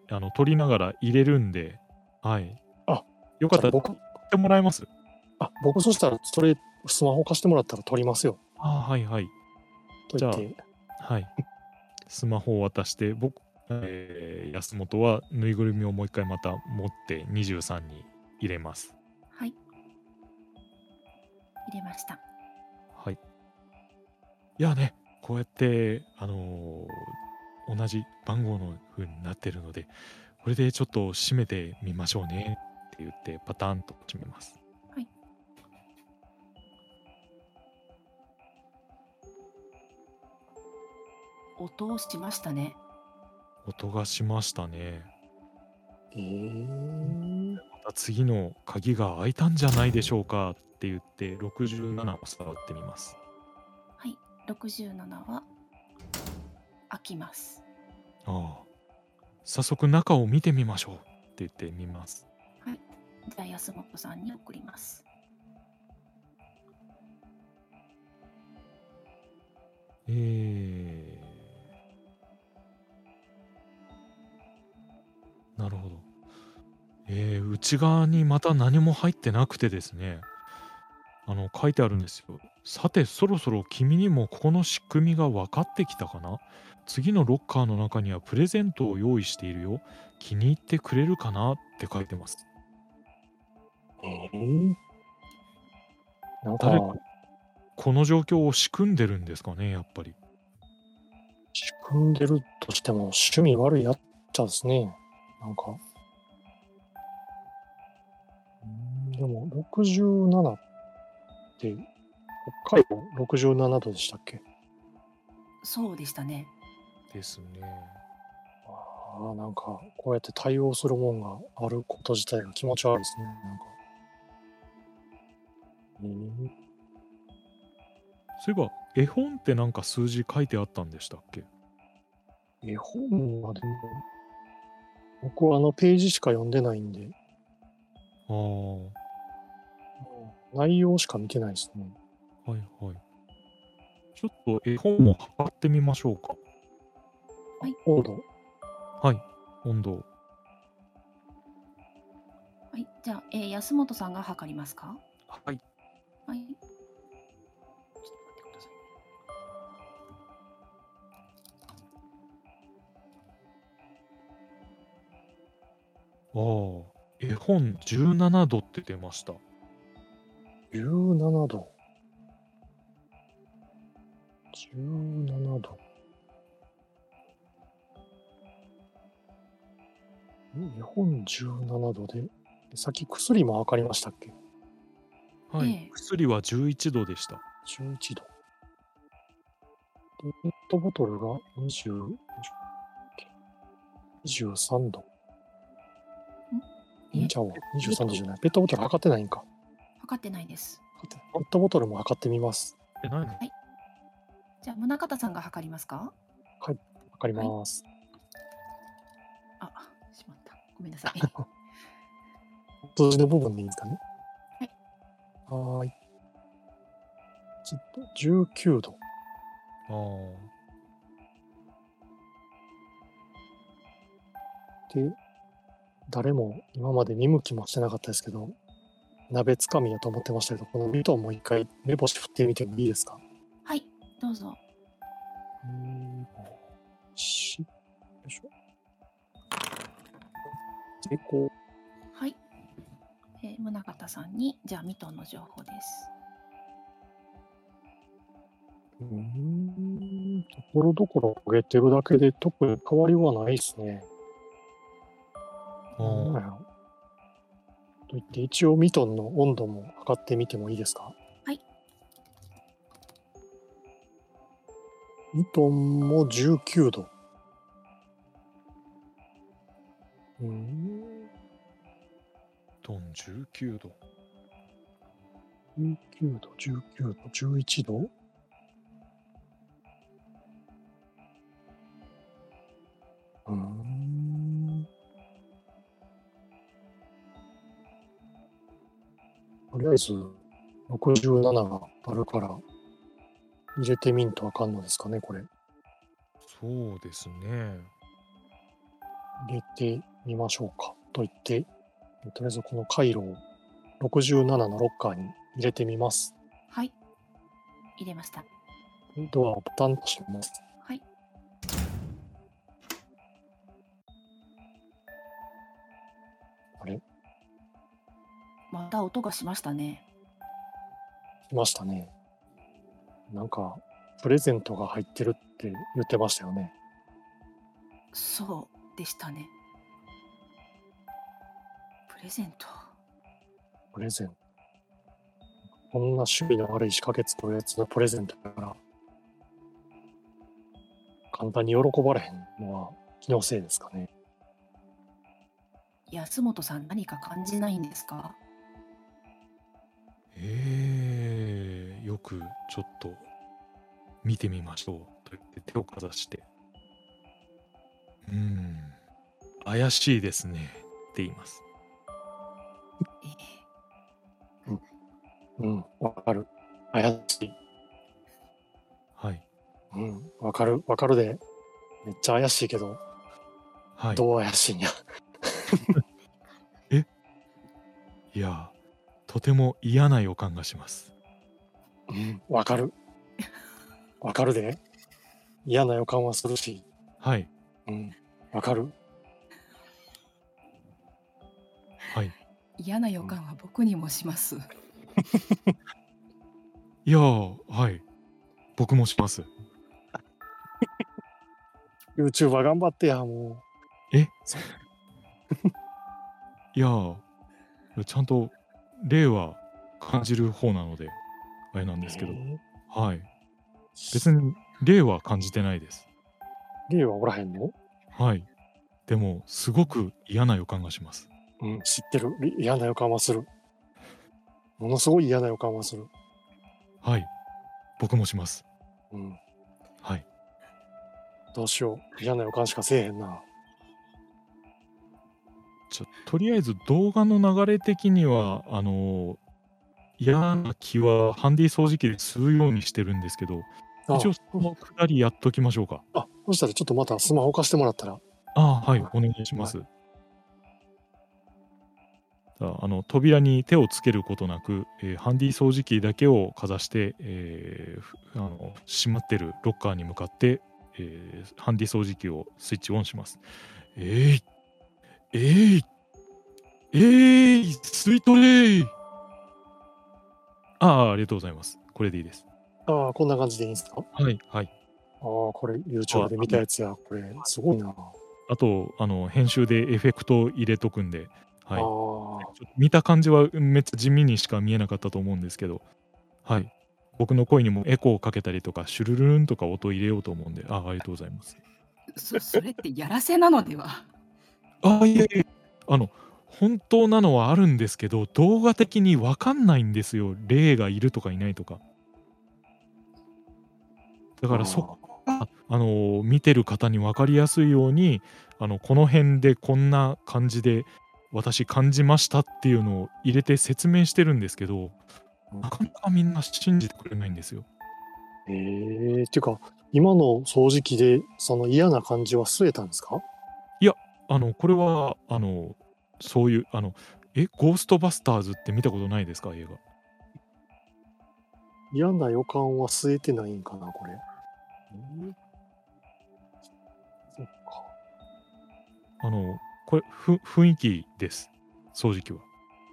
撮りながら入れるんで、はい。 あ、 よかったら撮ってもらえます？ 僕そしたら、それ、スマホ貸してもらったら撮りますよ。 はいはい。じゃと言って。 あ、はい。スマホを渡して、安本はぬいぐるみをもう一回また持って23に入れます。 はい。入れました。 はい。いやね、こうやって、同じ番号の風になってるので、これでちょっと閉めてみましょうねって言ってパターンと閉めます。 はい。音をしましたね。 音がしましたね。 また次の鍵が開いたんじゃないでしょうかって言って67を触ってみます。 はい。67は開きます。 早速中を見てみましょうって言ってみます。 はい。じゃあ安本さんに送ります。 なるほど。 内側にまた何も入ってなくてですね、書いてあるんですよ。さて、そろそろ君にもここの仕組みが分かってきたかな。次のロッカーの中にはプレゼントを用意しているよ。気に入ってくれるかなって書いてます。 なん誰か、 この状況を仕組んでるんですかね、やっぱり。 仕組んでるとしても趣味悪いやっちゃですね。なんか。でも、67って、北海道67度でしたっけ？ そうでしたね。 ですね。 ああ、なんか、こうやって対応するもんがあること自体が気持ち悪いですね。なんか。 そういえば、絵本ってなんか数字書いてあったんでしたっけ？ 絵本はでも、僕はページしか読んでないんで、 ああ、は内容しか見てないですね。 いはい。ちょっと絵本も測ってみましょうか。 温度。 はい、温度を。 はい、じゃあ、安本さんが測りますか？ はい。 はい。ちょっと待ってください。 ああ、絵本17度って出ました。 17度。17度。日本17度で、さっき薬も測りましたっけ？ はい、 ええ薬は11度でした。 11度。で、ペットボトルが20、23度。 いえちゃうわ。23度じゃない。ペットボトル測ってないんか。 測ってないです。 ペットボトルも測ってみます。 何？ じゃあ、宗像さんが測りますか？ 測ります。 あ、しまった。ごめんなさい。 数字の部分でいいんですかね。 はい。 はーい。ちょっと19度。 あで、誰も今まで見向きもしてなかったですけど、鍋つかみやと思ってましたけど、このミトンも一回目星振ってみてもいいですか？ はい、どうぞ。 よいしょ。成功。 はい。宗像さんに、じゃあ、ミトンの情報です。 ところどころ焦げてるだけで特に変わりはないですね。 あ、 なんやろ。といって一応ミトンの温度も測ってみてもいいですか？ はい。 ミトンも19度。 トン19度。 19度、19度、11度。とりあえず67があるから入れてみんとあかんのですかね、これ。 そうですね。 入れてみましょうか。と言って、とりあえずこの回路を67のロッカーに入れてみます。 はい。入れました。 ドアをボタンと閉めます。 はい。 あれ？ また音がしましたね。 来ましたね。なんか、プレゼントが入ってるって言ってましたよね。 そうでしたね。プレゼント。 プレゼント。こんな趣味の悪い仕掛け作るやつのプレゼントだから、簡単に喜ばれへんのは気のせいですかね。 安本さん、何か感じないんですか？ よくちょっと見てみましょうと言って手をかざして、怪しいですねって言います。 わかる。怪しい。 はい。 わかるで。めっちゃ怪しいけど、 はい。 どう怪しいんや。 いや、とても嫌な予感がします。 うん、わかる。わかるで。嫌な予感はするし。 はい。 うん、わかる。 はい。 嫌な予感は僕にもします。 いやー、はい。僕もします。 YouTuber 頑張ってや、もえそういやー、ちゃんと霊は感じる方なので、あれなんう。 ですけど、 えはい。別に霊は感じてないです。 霊はおらへんの？ はい。でも、すごく嫌な予感がします。 うん、知ってる。嫌な予感はする。ものすごい嫌な予感はする。 はい。僕もします。 うん、 はい。 どうしよう。嫌な予感しかせえへんな。 とりあえず動画の流れ的には、嫌な気はハンディ掃除機で吸うようにしてるんですけど、一応そのくだりやっときましょうか。 そしたらちょっとまたスマホ貸してもらったら。 はい、お願いします。扉に手をつけることなく、ハンディ掃除機だけをかざして、閉まってるロッカーに向かって、ハンディ掃除機をスイッチオンします。えい吸い取れありがとうございます。これでいいです。 こんな感じでいいんですか？ はいはい。 これ YouTube で見たやつや。これすごいな。 あと編集でエフェクト入れとくんで、はい。 あ見た感じはめっちゃ地味にしか見えなかったと思うんですけど、はい。僕の声にもエコーをかけたりとか、シュルルルンとか音入れようと思うんで、ありがとうございます。 それってやらせなのでは？ いえいえ、本当なのはあるんですけど、動画的にわかんないんですよ。霊がいるとかいないとか。だからそこが、見てる方に分かりやすいように、この辺でこんな感じで私感じましたっていうのを入れて説明してるんですけど、なかなかみんな信じてくれないんですよ。 っていうか、今の掃除機でその嫌な感じは吸えたんですか？ これは、そういう、ゴーストバスターズって見たことないですか？映画。 嫌な予感は吸えてないんかな、これ。そっか。 これ、雰囲気です。掃除機は。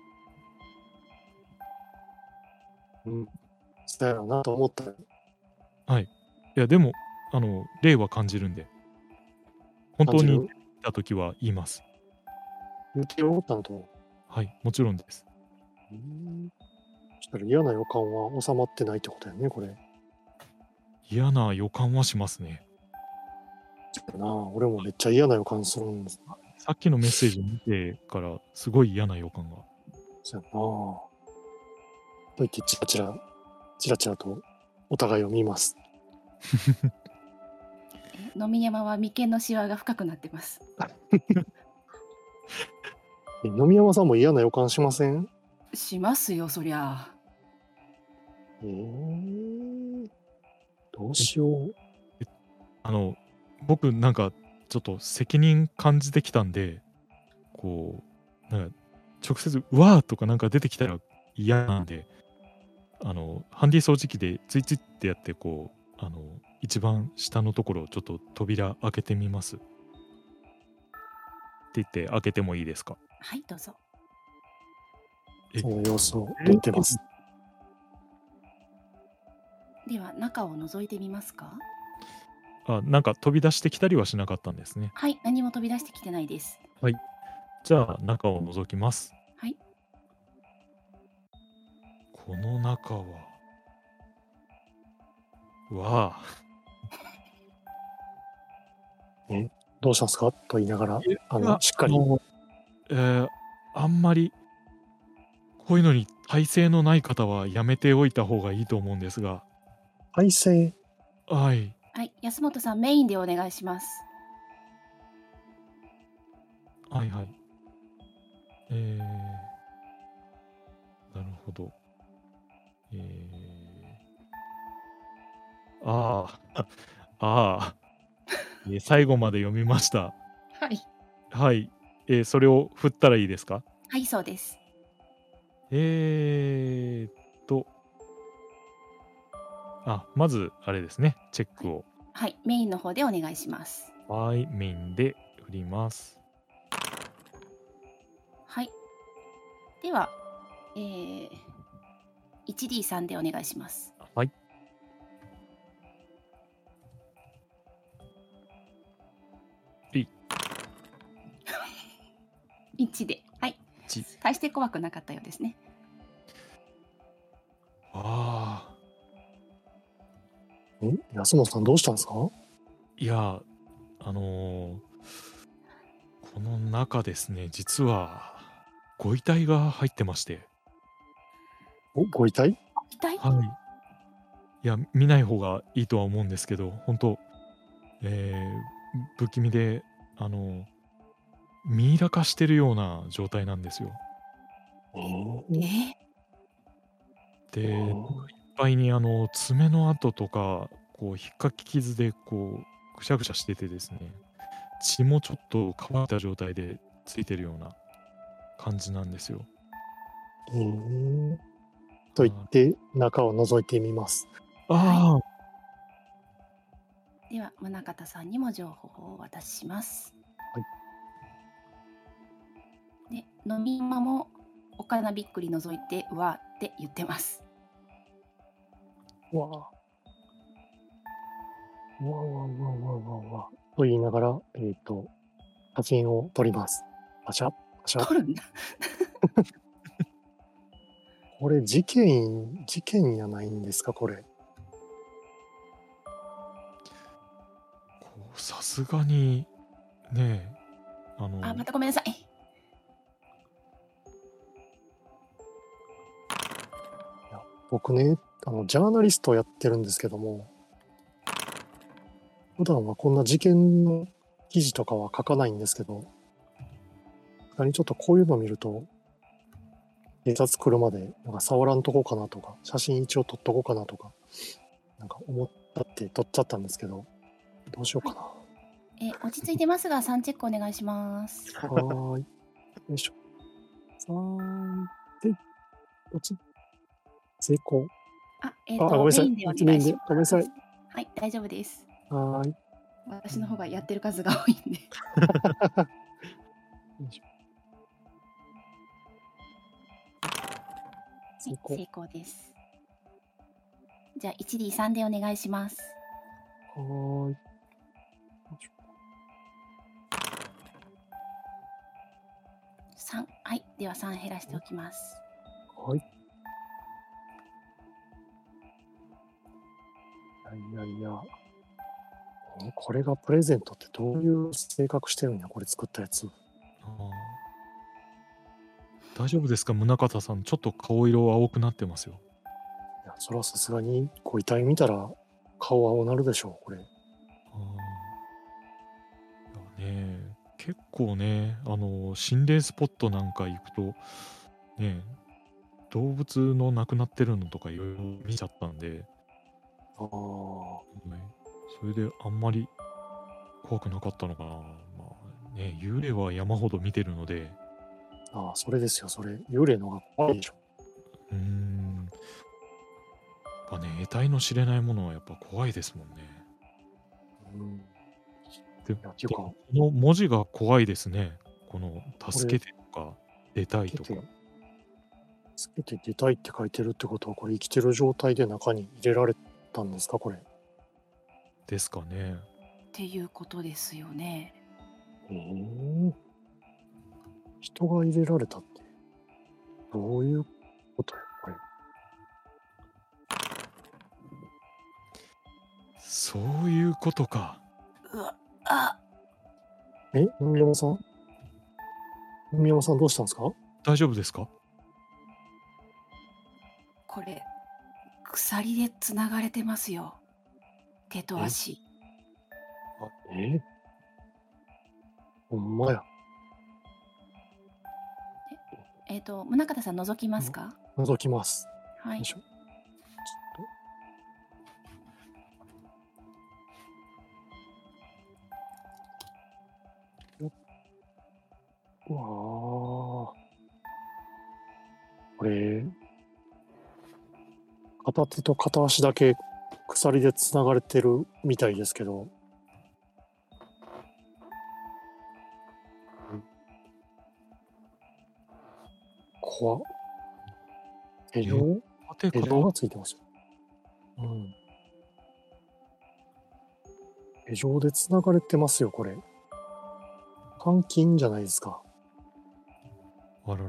そうやろなと思ったよ。 はい。いや、でも、霊は感じるんで。本当に見たときは言います。 言ってよかったのと。 はい、もちろんです。 そしたら嫌な予感は収まってないってことやね、これ。 嫌な予感はしますね。 そうやな、俺もめっちゃ嫌な予感するんです。 さっきのメッセージ見てから、すごい嫌な予感が。 そうやな。と言ってチラチラとお互いを見ます。 飲み山は眉間のシワが深くなってます。 飲み山さんも嫌な予感しません？ しますよ、そりゃ。 どうしよう。 僕なんかちょっと責任感じてきたんで、こう、なんか直接「うわー」とかなんか出てきたら嫌なんで、ハンディ掃除機でツイツイってやって、こう、一番下のところをちょっと扉開けてみます。って言って開けてもいいですか？ はい、どうぞ。 その様子を撮ってます。 では中を覗いてみますか？ なんか飛び出してきたりはしなかったんですね。 はい、何も飛び出してきてないです。 はい。じゃあ中を覗きます。 はい。 この中は、わあ。 どうしたんですかと言いながら、しっかり。 あんまりこういうのに耐性のない方はやめておいた方がいいと思うんですが。 耐性？ はい。 はい、安本さんメインでお願いします。 はいはい。なるほど。最後まで読みました。 はい。 はい。それを振ったらいいですか？ はい、そうです。 えーっと、まず、あれですね。チェックを。 はい、メインの方でお願いします。 はい、メインで振ります。 はい。では、1D3 でお願いします。 はい。 1で。はい。 1。 大して怖くなかったようですね。 ああ。 安本さんどうしたんですか？ いや、この中ですね、実は、ご遺体が入ってまして。 ご遺体？ 遺体？ はい。いや、見ない方がいいとは思うんですけど、本当不気味で、ミイラ化してるような状態なんですよ。で、いっぱいに爪の跡とか、こう、引っかき傷で、こう、ぐしゃぐしゃしててですね、血もちょっと乾いた状態でついてるような感じなんですよ。 と言って中を覗いてみます。 ああ、 では、宗像さんにも情報をお渡しします。 はい。 で、飲み間もおかなびっくり覗いて、うわーって言ってます。 わあ。わわわわわわと言いながら、写真を撮ります。パシャパシャ。 撮るんだ。 これ事件やないんですか、これ。 さすがに、ねえ、 またごめんなさい。 僕ね、ジャーナリストをやってるんですけども、普段はこんな事件の記事とかは書かないんですけど、さすがにちょっとこういうのを見ると、警察来るまで、なんか触らんとこかなとか、写真一応撮っとこうかなとか、なんか思ったって撮っちゃったんですけど、どうしようかな。 落ち着いてますが、3チェックお願いします。 はーい。よいしょ。3で、落ち、成功。ごめんなさい。 メインでお願いします。 ごめんなさい。 はい、大丈夫です。 はーい。 私の方がやってる数が多いんで。 よいしょ。成功。 成功です。じゃあ 1D3 でお願いします。 はーい。よいしょ。 3。はい。では3減らしておきます。 はい。いやいや。これがプレゼントってどういう性格してるんや、これ作ったやつ。 大丈夫ですか、宗像さん。ちょっと顔色青くなってますよ。 いや、それはさすがにご遺体見たら顔青なるでしょう、これ。 いやね、結構ね、心霊スポットなんか行くと、ね、動物の亡くなってるのとかいろいろ見ちゃったんで、ね、それであんまり怖くなかったのかな。まあね、幽霊は山ほど見てるので。 それですよ、それ。幽霊の方が怖いでしょ。 やっぱね、得体の知れないものはやっぱ怖いですもんね。で、この文字が怖いですね。この助けてとか出たいとか。 助けて出たいって書いてるってことは、これ生きてる状態で中に入れられたんですか、これ。 ですかね。 っていうことですよね。 人が入れられたって、どういうことや、これ。 そういうことか。 うわ、 海山さん海山さんどうしたんですか？ 大丈夫ですか？ これ、鎖でつながれてますよ。手と足。 ほんまや。 宗像さん覗きますか？ 覗きます。 はい。 よいしょ。うわこれ、片手と片足だけ鎖でつながれてるみたいですけど、怖っ。手錠手錠がついてますよ。うん。手錠でつながれてますよ、これ。監禁じゃないですか。 あらら。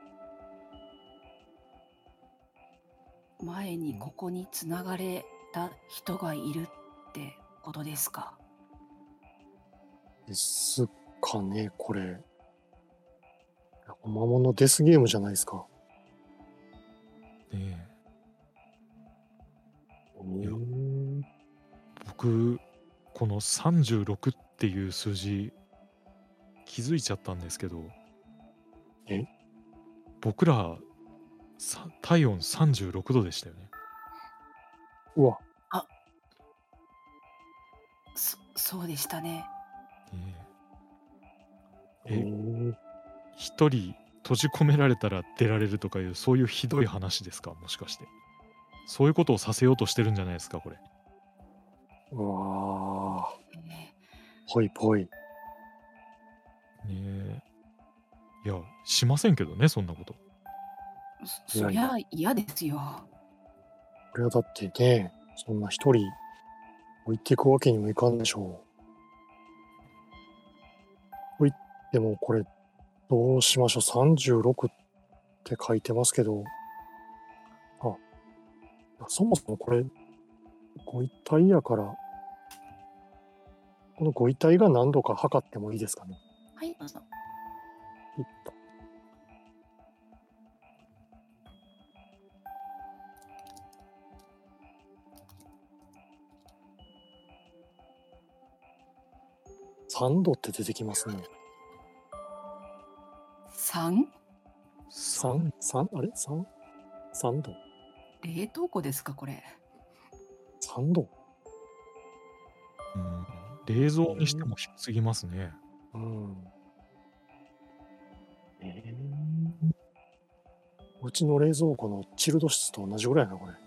前にここにつながれた人がいるってことですか？ ですかね、これ。魔物デスゲームじゃないですか。 ねいや僕、この36っていう数字、気づいちゃったんですけど、僕ら、体温36度でしたよね。 うわ。 そうでしたね。 一人閉じ込められたら出られるとかいう、そういうひどい話ですか、もしかして。そういうことをさせようとしてるんじゃないですか、これ。 うわー。 ねぽいぽい。 いや、しませんけどね、そんなこと。 そりゃ嫌ですよ。 これはだってね、そんな一人置いていくわけにもいかんでしょう。でもこれ、どうしましょう。36って書いてますけど、そもそもこれ、ご遺体やから、このご遺体が何度か測ってもいいですかね。 はい、どうぞ。 いった。3度って出てきますね。 3？ あれ 3度冷凍庫ですかこれ。 3度。 冷蔵にしても低すぎますね。 うん。うちの冷蔵庫のチルド室と同じぐらいな、これ。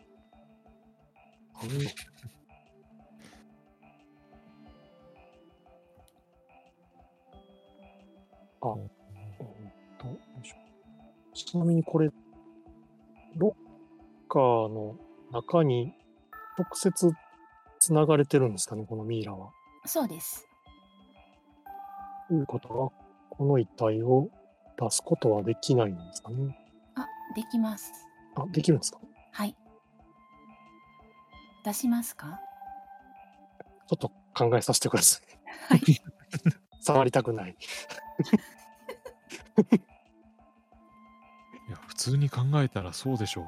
よいしょ。ちなみにこれ、ロッカーの中に直接つながれてるんですかね、このミイラは。 そうです。 ということは、この遺体を出すことはできないんですかね。 できます。 できるんですか？ はい。出しますか？ ちょっと考えさせてください。 はい。 触りたくない。 いや、普通に考えたらそうでしょう。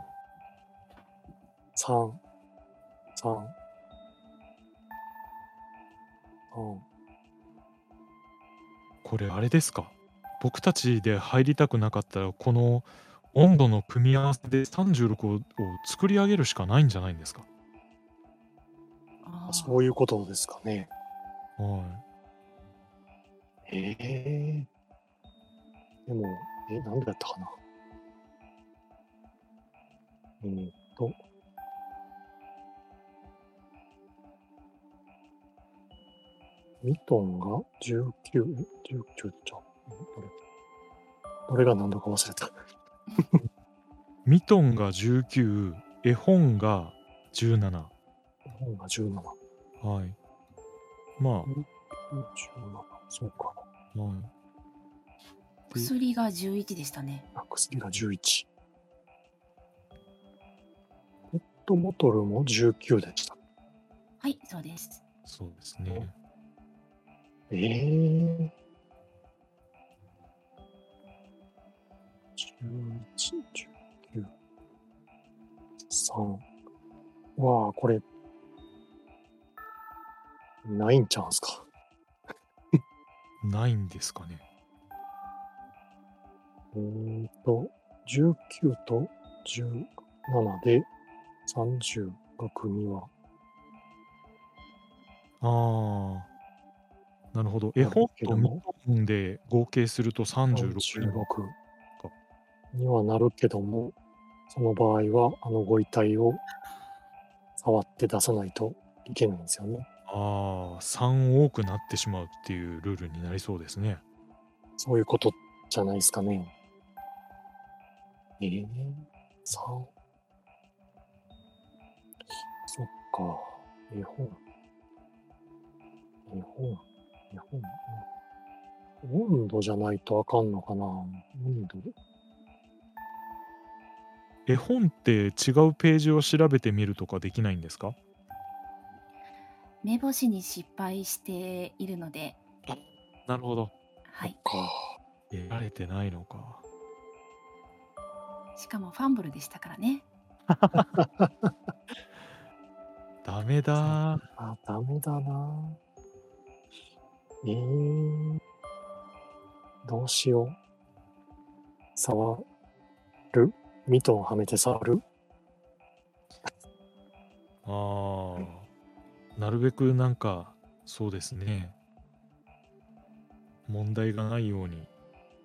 3。 これあれですか。僕たちで入りたくなかったら、この温度の組み合わせで36を作り上げるしかないんじゃないんですか。 そういうことですかね。 はでも、なんでだったかな。ミトンが19ちゃう。どれが何度か忘れた。 ミトンが19、絵本が17。 本が17。 はい。ま 17。そうか。 薬が11でしたね。 薬が11。ペットボトルも19でした。 はい、そうです。 そうですね。 11、19、3。わあ、これ、ないんちゃうんすか。 ないんですかね。 19と17で36には。 なるほど。絵本とミトンで合計すると36。 36。 にはなるけども、その場合はご遺体を触って出さないといけないんですよね。 ああ、3多くなってしまうっていうルールになりそうですね。 そういうことじゃないですかね。3。そっか。絵本。絵本。絵本。温度じゃないとあかんのかな。温度。 絵本って違うページを調べてみるとかできないんですか？ 目星に失敗しているので、 なるほど。 はい。 か。 得られてないのか。 しかもファンブルでしたからね。 ダメだ。 ダメだな。どうしよう。触る？ミトンをはめて触る？ ああ、なるべくなんか、そうですね。問題がないように。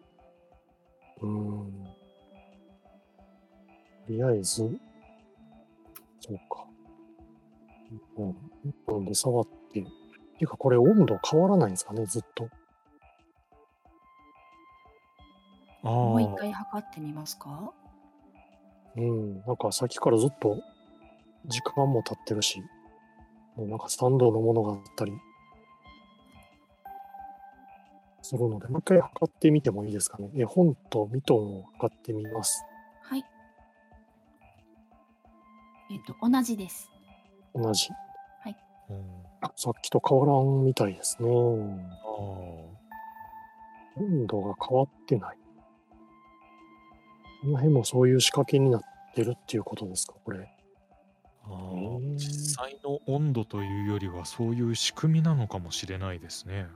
とりあえず、そうか。ミトンで触って。ていうかこれ温度変わらないんですかね、ずっと。 もう一あ回測ってみますか？ なんかさっきからずっと時間も経ってるし、もうなんか3度のものがあったりするので、もう一回測ってみてもいいですかね。絵本とミトンを測ってみます。 はい。同じです。 同じ。 はい。 あ、 さっきと変わらんみたいですね。温あ度が変わってない。この辺もそういう仕掛けになってるっていうことですか、これ。 実際の温度というよりは、そういう仕組みなのかもしれないですね。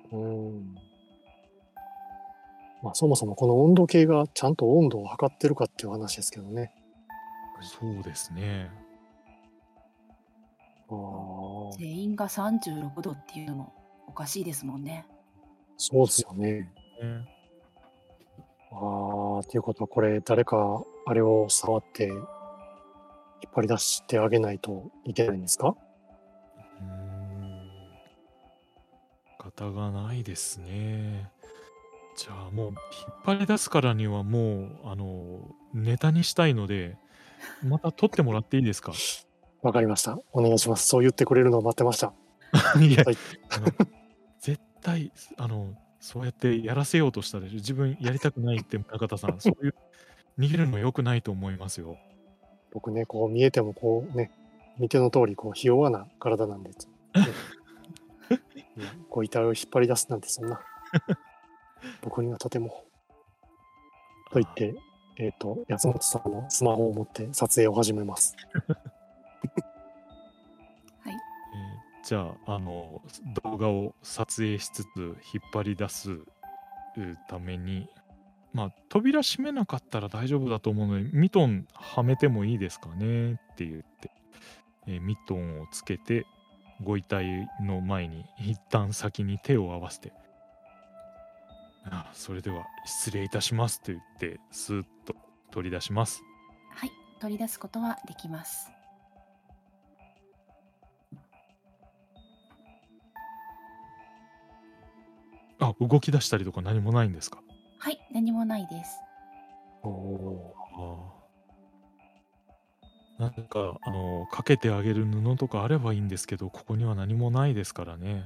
そもそもこの温度計がちゃんと温度を測ってるかっていう話ですけどね。 そうですね。 全員が36度っていうのもおかしいですもんね。 そうですよね。っていうことはこれ誰かあれを触って引っ張り出してあげないといけないんですか？ 方がないですね。じゃあもう引っ張り出すからにはもうネタにしたいので、また撮ってもらっていいですか？ わかりました。お願いします。そう言ってくれるのを待ってました。 いや、 はい。 絶対そうやってやらせようとしたら自分やりたくないって中田さん、そういう逃げるの良くないと思いますよ。 僕ね、こう見えてもこうね、見ての通りこうひ弱な体なんで、ね、ご遺体を引っ張り出すなんてそんな僕にはとても。と言って、安本さんのスマホを持って撮影を始めます。 はい。 じゃあ、動画を撮影しつつ引っ張り出すために、扉閉めなかったら大丈夫だと思うので、ミトンはめてもいいですかねって言って、ミトンをつけて、ご遺体の前に一旦先に手を合わせて、それでは失礼いたしますと言って、スーッと取り出します。 はい。取り出すことはできます。 動き出したりとか何もないんですか？ はい。何もないです。 なんか、かけてあげる布とかあればいいんですけど、ここには何もないですからね。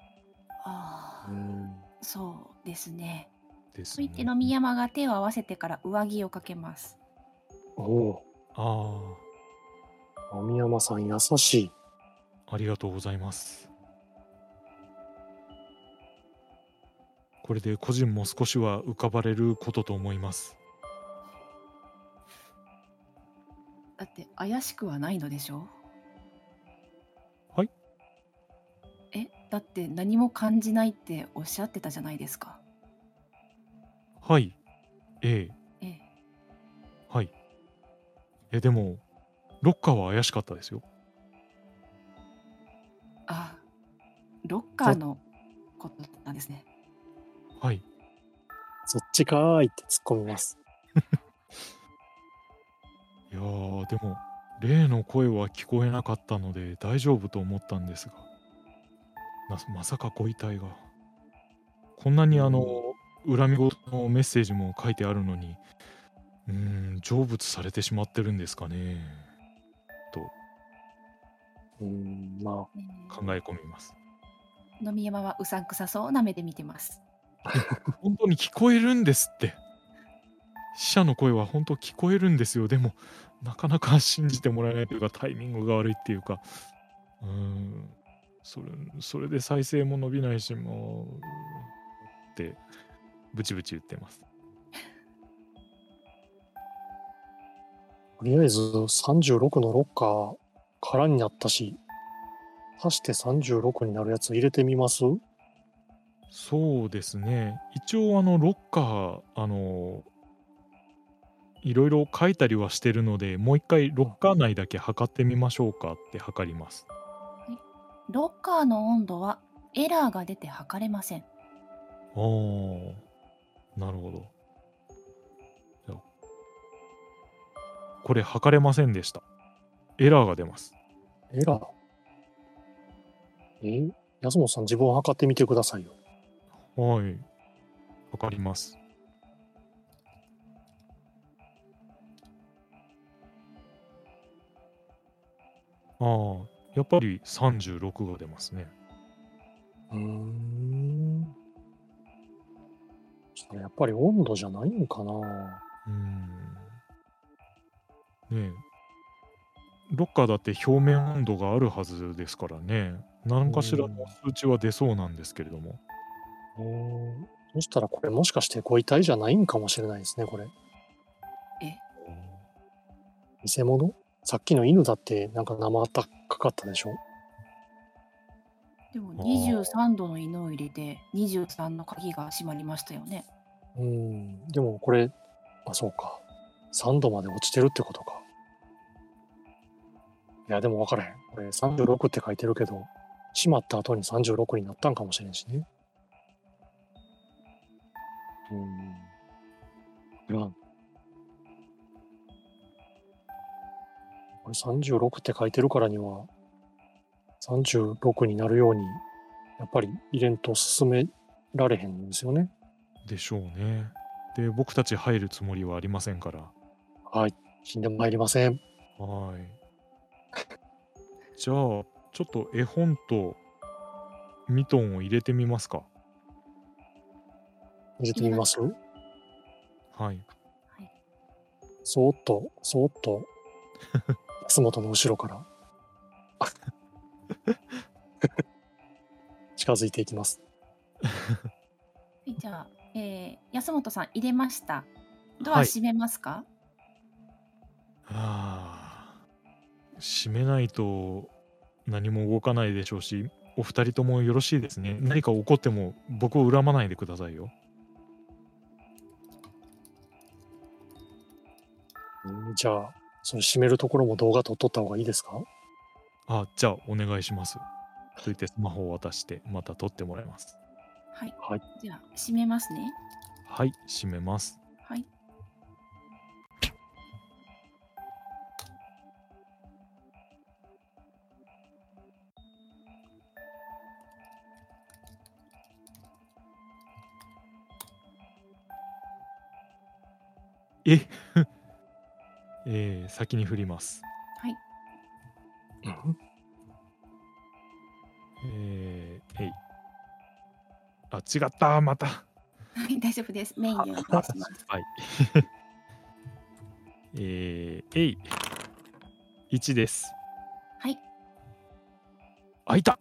そうですね。 ですと言ってね。 野見山が手を合わせてから上着をかけます。 野見山さん優しい。 ありがとうございます。これで個人も少しは浮かばれることと思います。 だって怪しくはないのでしょ？ はい？ だって何も感じないっておっしゃってたじゃないですか。 はい。ええ。 ええ。 はい。でも、ロッカーは怪しかったですよ。 ロッカーのことなんですね。 はい。 そっちかーいって突っ込みます。 いやー、でも、例の声は聞こえなかったので大丈夫と思ったんですが、まさかご遺体が。こんなに恨み事のメッセージも書いてあるのに、成仏されてしまってるんですかね、とま考え込みます。 飲み山はうさんくさそうな目で見てます。 本当に聞こえるんですって。死者の声は本当聞こえるんですよ。でも、なかなか信じてもらえないというか、タイミングが悪いっていうか、うーん、それそれで再生も伸びないし、もう、ってブチブチ言ってます。 とりあえず36のロッカー空になったし、足して36になるやつ入れてみます？ そうですね。一応ロッカー、いろいろ書いたりはしてるので、もう一回ロッカー内だけ測ってみましょうかって測ります。 ロッカーの温度はエラーが出て測れません。 ああ、なるほど。じゃあこれ測れませんでした。エラーが出ます。 エラー？安本さん自分を測ってみてくださいよ。 はい。測ります。ああ、やっぱり36が出ますね。 それやっぱり温度じゃないんかな。 ねえ。ロッカーだって表面温度があるはずですからね。何かしらの数値は出そうなんですけれども。 そしたらこれもしかしてご遺体じゃないんかもしれないですね、これ。 え、 偽物？さっきの犬だってなんか生あったかかったでしょ？ でも23度の犬を入れて23の鍵が閉まりましたよね。 でもこれ、そうか。3度まで落ちてるってことか。いや、でも分からへん。これ36って書いてるけど、閉まった後に36になったんかもしれんしね。いや、これ36って書いてるからには、36になるように、やっぱり入れんと進められへんんですよね。 でしょうね。で、僕たち入るつもりはありませんから。 はい。死んでまいりません。 はい。じゃあ、ちょっと絵本とミトンを入れてみますか。 入れてみます？ はい。 そーっと、安本の後ろから近づいていきます。 じゃあ、安本さん入れました。ドアはい。 閉めますか？ 閉めないと何も動かないでしょうし、お二人ともよろしいですね。何か起こっても僕を恨まないでくださいよ。 じゃあ、その閉めるところも動画撮っとった方がいいですか？ じゃあお願いします。と言ってスマホを渡してまた撮ってもらいます。 はい。 はい。 じゃあ閉めますね。 はい、閉めます。 はい。 先に振ります。 はい。 違った、また。 はい、大丈夫です。メインでお願いします。 はい。1です。 はい。 開いた。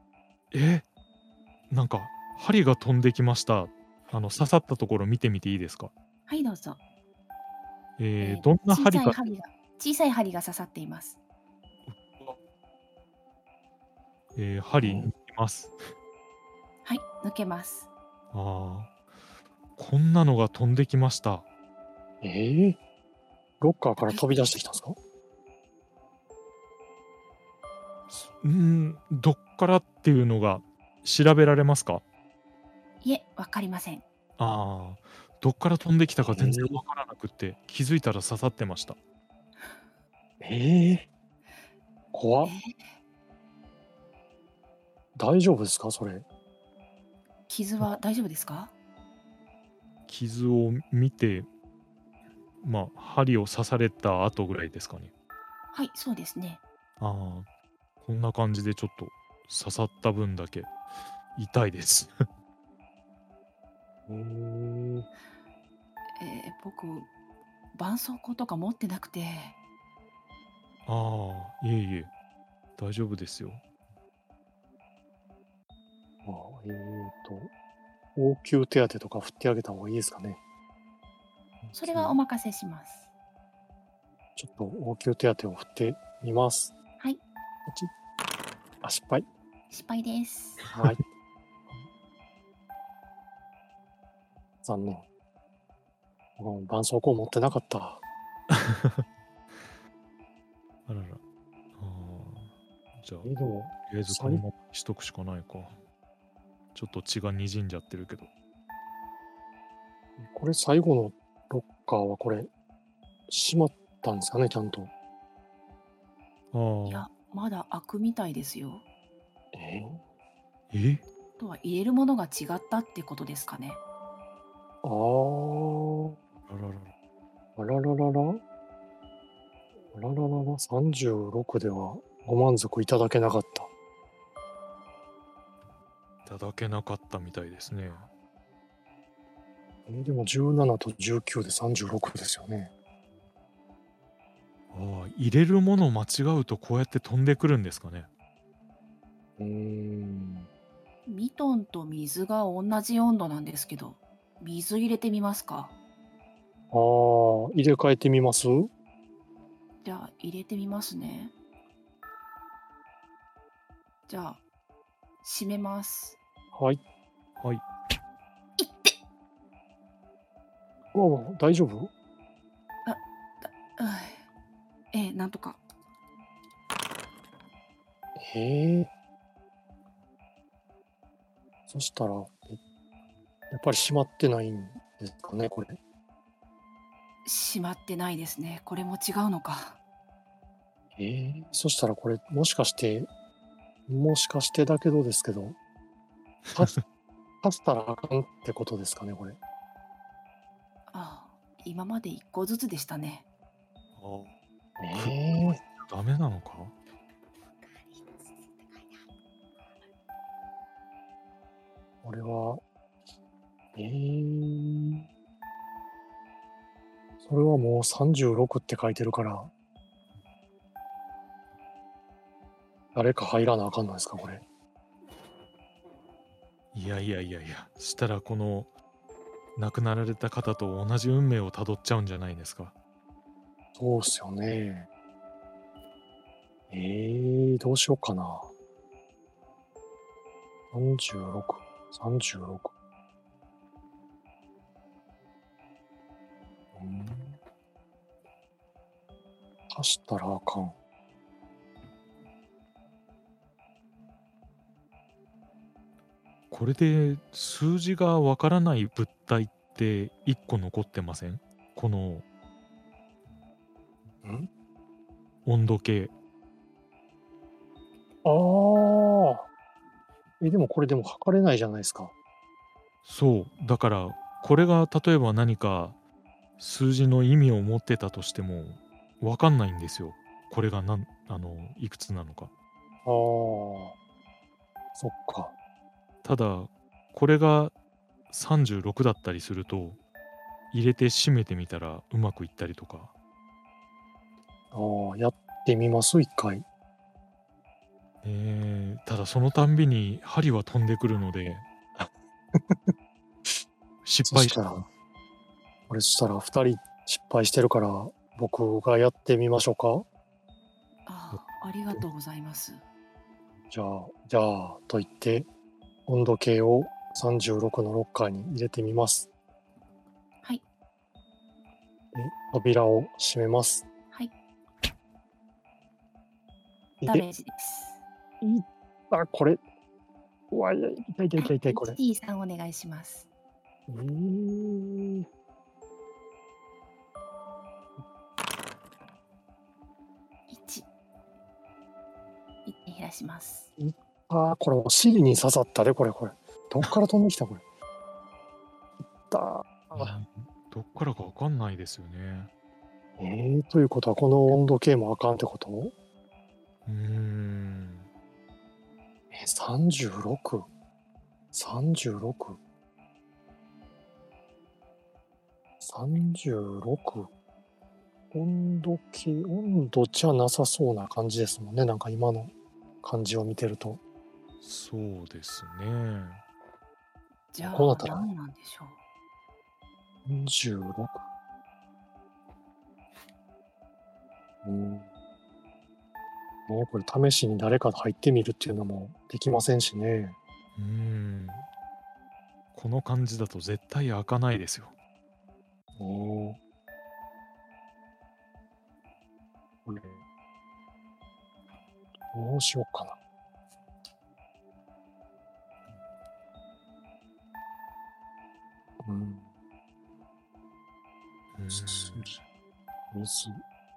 なんか針が飛んできました。刺さったところ見てみていいですか？ はい、どうぞ。 どんな針か。 小さい針が刺さっています。 針抜きます。 はい、抜けます。 こんなのが飛んできました。 ロッカーから飛び出してきたんですか？ どっからっていうのが調べられますか？ いえ、わかりません。 どっから飛んできたか全然えわからなくって、気づいたら刺さってました。 怖っ。大丈夫ですかそれ。 傷は大丈夫ですか？ 傷を見て、まあ、針を刺された後ぐらいですかね。 はい、そうですね。 ああ、こんな感じでちょっと刺さった分だけ痛いです。 僕、絆創膏とか持ってなくて、 ああ、いえいえ、大丈夫ですよ。 応急手当とか振ってあげた方がいいですかね。 それはお任せします。 ちょっと応急手当を振ってみます。 はい、 失敗。 失敗です。 はい。残念。絆創膏持ってなかった。 あらら。じゃあ、とでも、 りあえずこのまましとくしかないか。ちょっと血が滲んじゃってるけど。 これ最後のロッカーはこれ、閉まったんですかね、ちゃんと。 いや、まだ開くみたいですよ。とは入れるものが違ったってことですかね。 あらららら36ではご満足いただけなかった。 いただけなかったみたいですね。 でも17と19で36ですよね。 入れるものを間違うとこうやって飛んでくるんですかね。 ミトンと水が同じ温度なんですけど、水入れてみますか？ 入れ替えてみます？ じゃあ入れてみますね。じゃあ閉めます。 はい。 はい。 大丈夫？ なんとか。 そしたら、やっぱり閉まってないんですかね、これ。 閉まってないですね。これも違うのか。 そしたらこれ、もしかしてだけどですけど、刺したらあかんってことですかね、これ。 今まで1個ずつでしたね。 ダメなのか？ これは、それはもう36って書いてるから、誰か入らなあかんのですか、これ。 いや。したらこの亡くなられた方と同じ運命をたどっちゃうんじゃないですか。 そうっすよね。どうしようかな。36。足したらあかん。 これで数字がわからない物体って1個残ってません？この温度計。 でもこれ測れないじゃないですか。 そう。だから、これが例えば何か数字の意味を持ってたとしても、わかんないんですよ。これがいくつなのか。 そっか。 ただ、これが36だったりすると、入れて閉めてみたらうまくいったりとか。 やってみます、一回。 ただそのたんびに針は飛んでくるので、失敗したら。 そしたら2人失敗してるから、僕がやってみましょうか。 ありがとうございます。 じゃあ、と言って、温度計を36のロッカーに入れてみます。 はい。 扉を閉めます。 はい。ダメージです。 これ。痛い、これ。 T さんお願いします。 1、 一手減らします。 これお尻に刺さったで、これ。どっから飛んできた、これ。 どっからかわかんないですよね。 ということは、この温度計もあかんってこと？ 36？ 36？ 36？ 温度じゃなさそうな感じですもんね。なんか今の感じを見てると。 そうですね。 じゃあこうなったら何なんでしょう。 46？これ試しに誰か入ってみるっていうのもできませんしね。 この感じだと絶対開かないですよ。 これどうしようかな。水。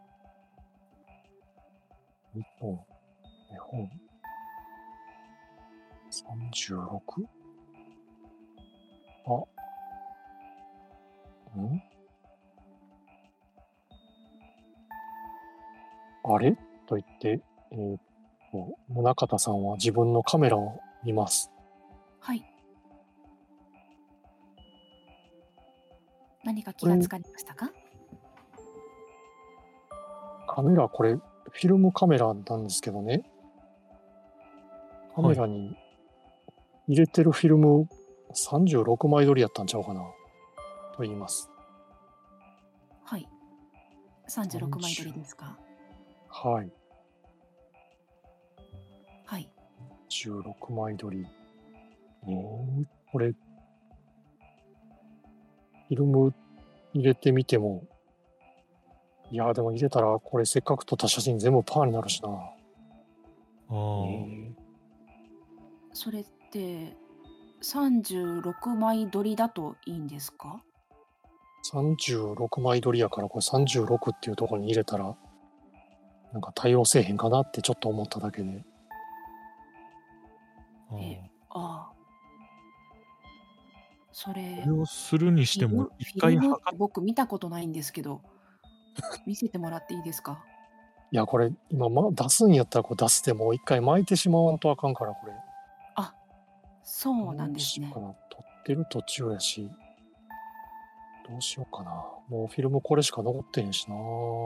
日本。36？ あれと言って、宗像さんは自分のカメラを見ます。 はい。何か気がつかれましたか？ カメラ、これ、フィルムカメラなんですけどね、カメラに入れてるフィルム36枚撮りやったんちゃうかなと言います。 はい。36枚撮りですか？ はい。 はい。 16枚撮り。これ、フィルム入れてみても、いや、でも入れたら、これせっかく撮った写真全部パーになるしな。 それって36枚撮りだといいんですか ？36枚撮りやから、これ36っていうところに入れたら、なんか対応せえへんかなってちょっと思っただけで。 それ、 これをするにしても、 フ一ィルムって回測っ僕見たことないんですけど、見せてもらっていいですか？ いや、これ、今、出すんやったら、出してもう一回巻いてしまわんとあかんから、これ。 あ、そうなどうんですね。 しようかな。撮ってる途中やし、どうしようかな。もうフィルムこれしか残ってへんしな。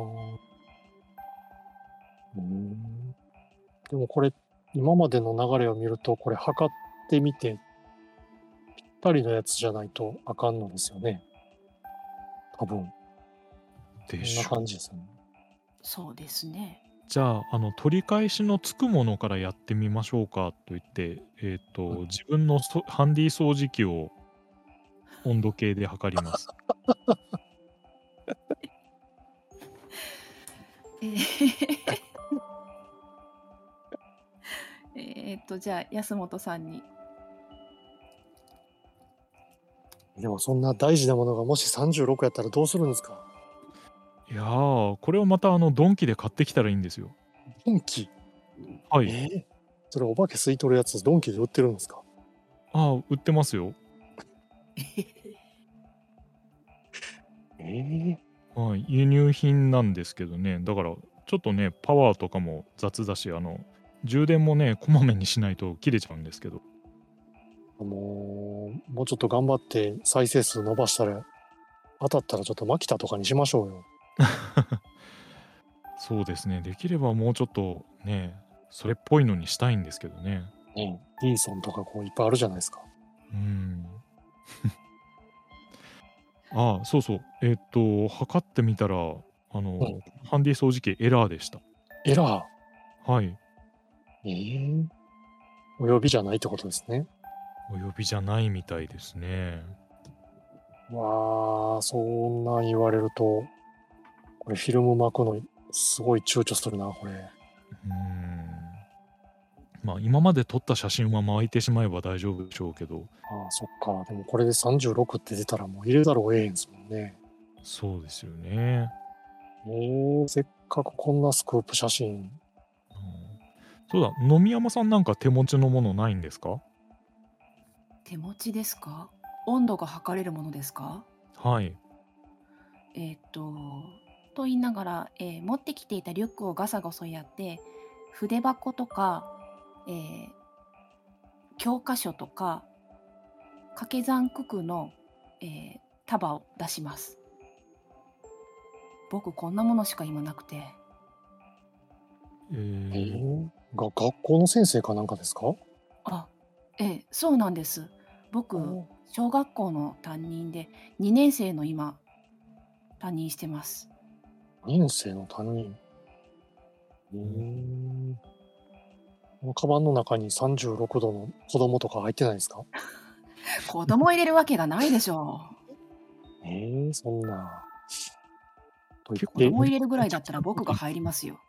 でもこれ、今までの流れを見ると、これ測ってみて、ぴったりのやつじゃないとあかんのですよね。多分。こんなでしょう。 感じですよね。 そうですね。 じゃあ、取り返しのつくものからやってみましょうかと言って、自分のハンディ掃除機を温度計で測ります。 じゃあ安本さんに。 でもそんな大事なものがもし36やったらどうするんですか？ いやー、これをまたドンキで買ってきたらいいんですよ。 ドンキ？ はい。 それお化け吸い取るやつ、ドンキで売ってるんですか？ 売ってますよ。はい、輸入品なんですけどね、だからちょっとね、パワーとかも雑だし、充電もね、こまめにしないと切れちゃうんですけど。 もうちょっと頑張って再生数伸ばしたら、当たったらちょっとマキタとかにしましょうよ。 そうですね、できればもうちょっとね、それっぽいのにしたいんですけどね。 ディーソンとかいっぱいあるじゃないですか。 そうそう。測ってみたら、ハンディ掃除機エラーでした。 エラー？はい。 お呼びじゃないってことですね。 お呼びじゃないみたいですね。 わあ、そんなん言われると、これフィルム巻くのすごい躊躇するな、これ。 まあ今まで撮った写真は巻いてしまえば大丈夫でしょうけど、 ああ、そっか。でもこれで36って出たらもう入れざるを得へんですもんね。 そうですよね。 せっかくこんなスクープ写真。 うん、そうだ、野見山さんなんか手持ちのものないんですか？ 手持ちですか？温度が測れるものですか？ はい。 と言いながら、持ってきていたリュックをガサゴソやって筆箱とか、教科書とか掛け算九九の、束を出します。僕こんなものしか今なくて。 学校の先生かなんかですか？ あ、そうなんです。僕、小学校の担任で2年生の今担任してます。 2年生の担任。このカバンの中に36度の子供とか入ってないですか？ 子供入れるわけがないでしょそんな。とう。 言って子供入れるぐらいだったら僕が入りますよ。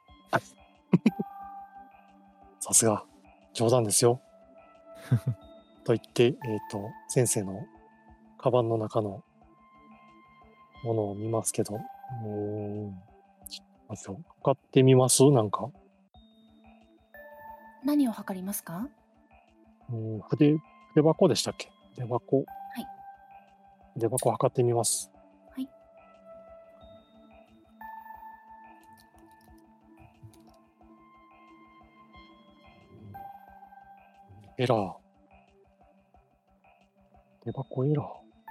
さすが、冗談ですよ。と言って、先生のカバンの中のものを見ますけど、まず測ってみますなんか。 何を測りますか？ 筆箱でしたっけ？筆箱。 はい。 筆箱測ってみます。 はい。 エラー。筆箱エラ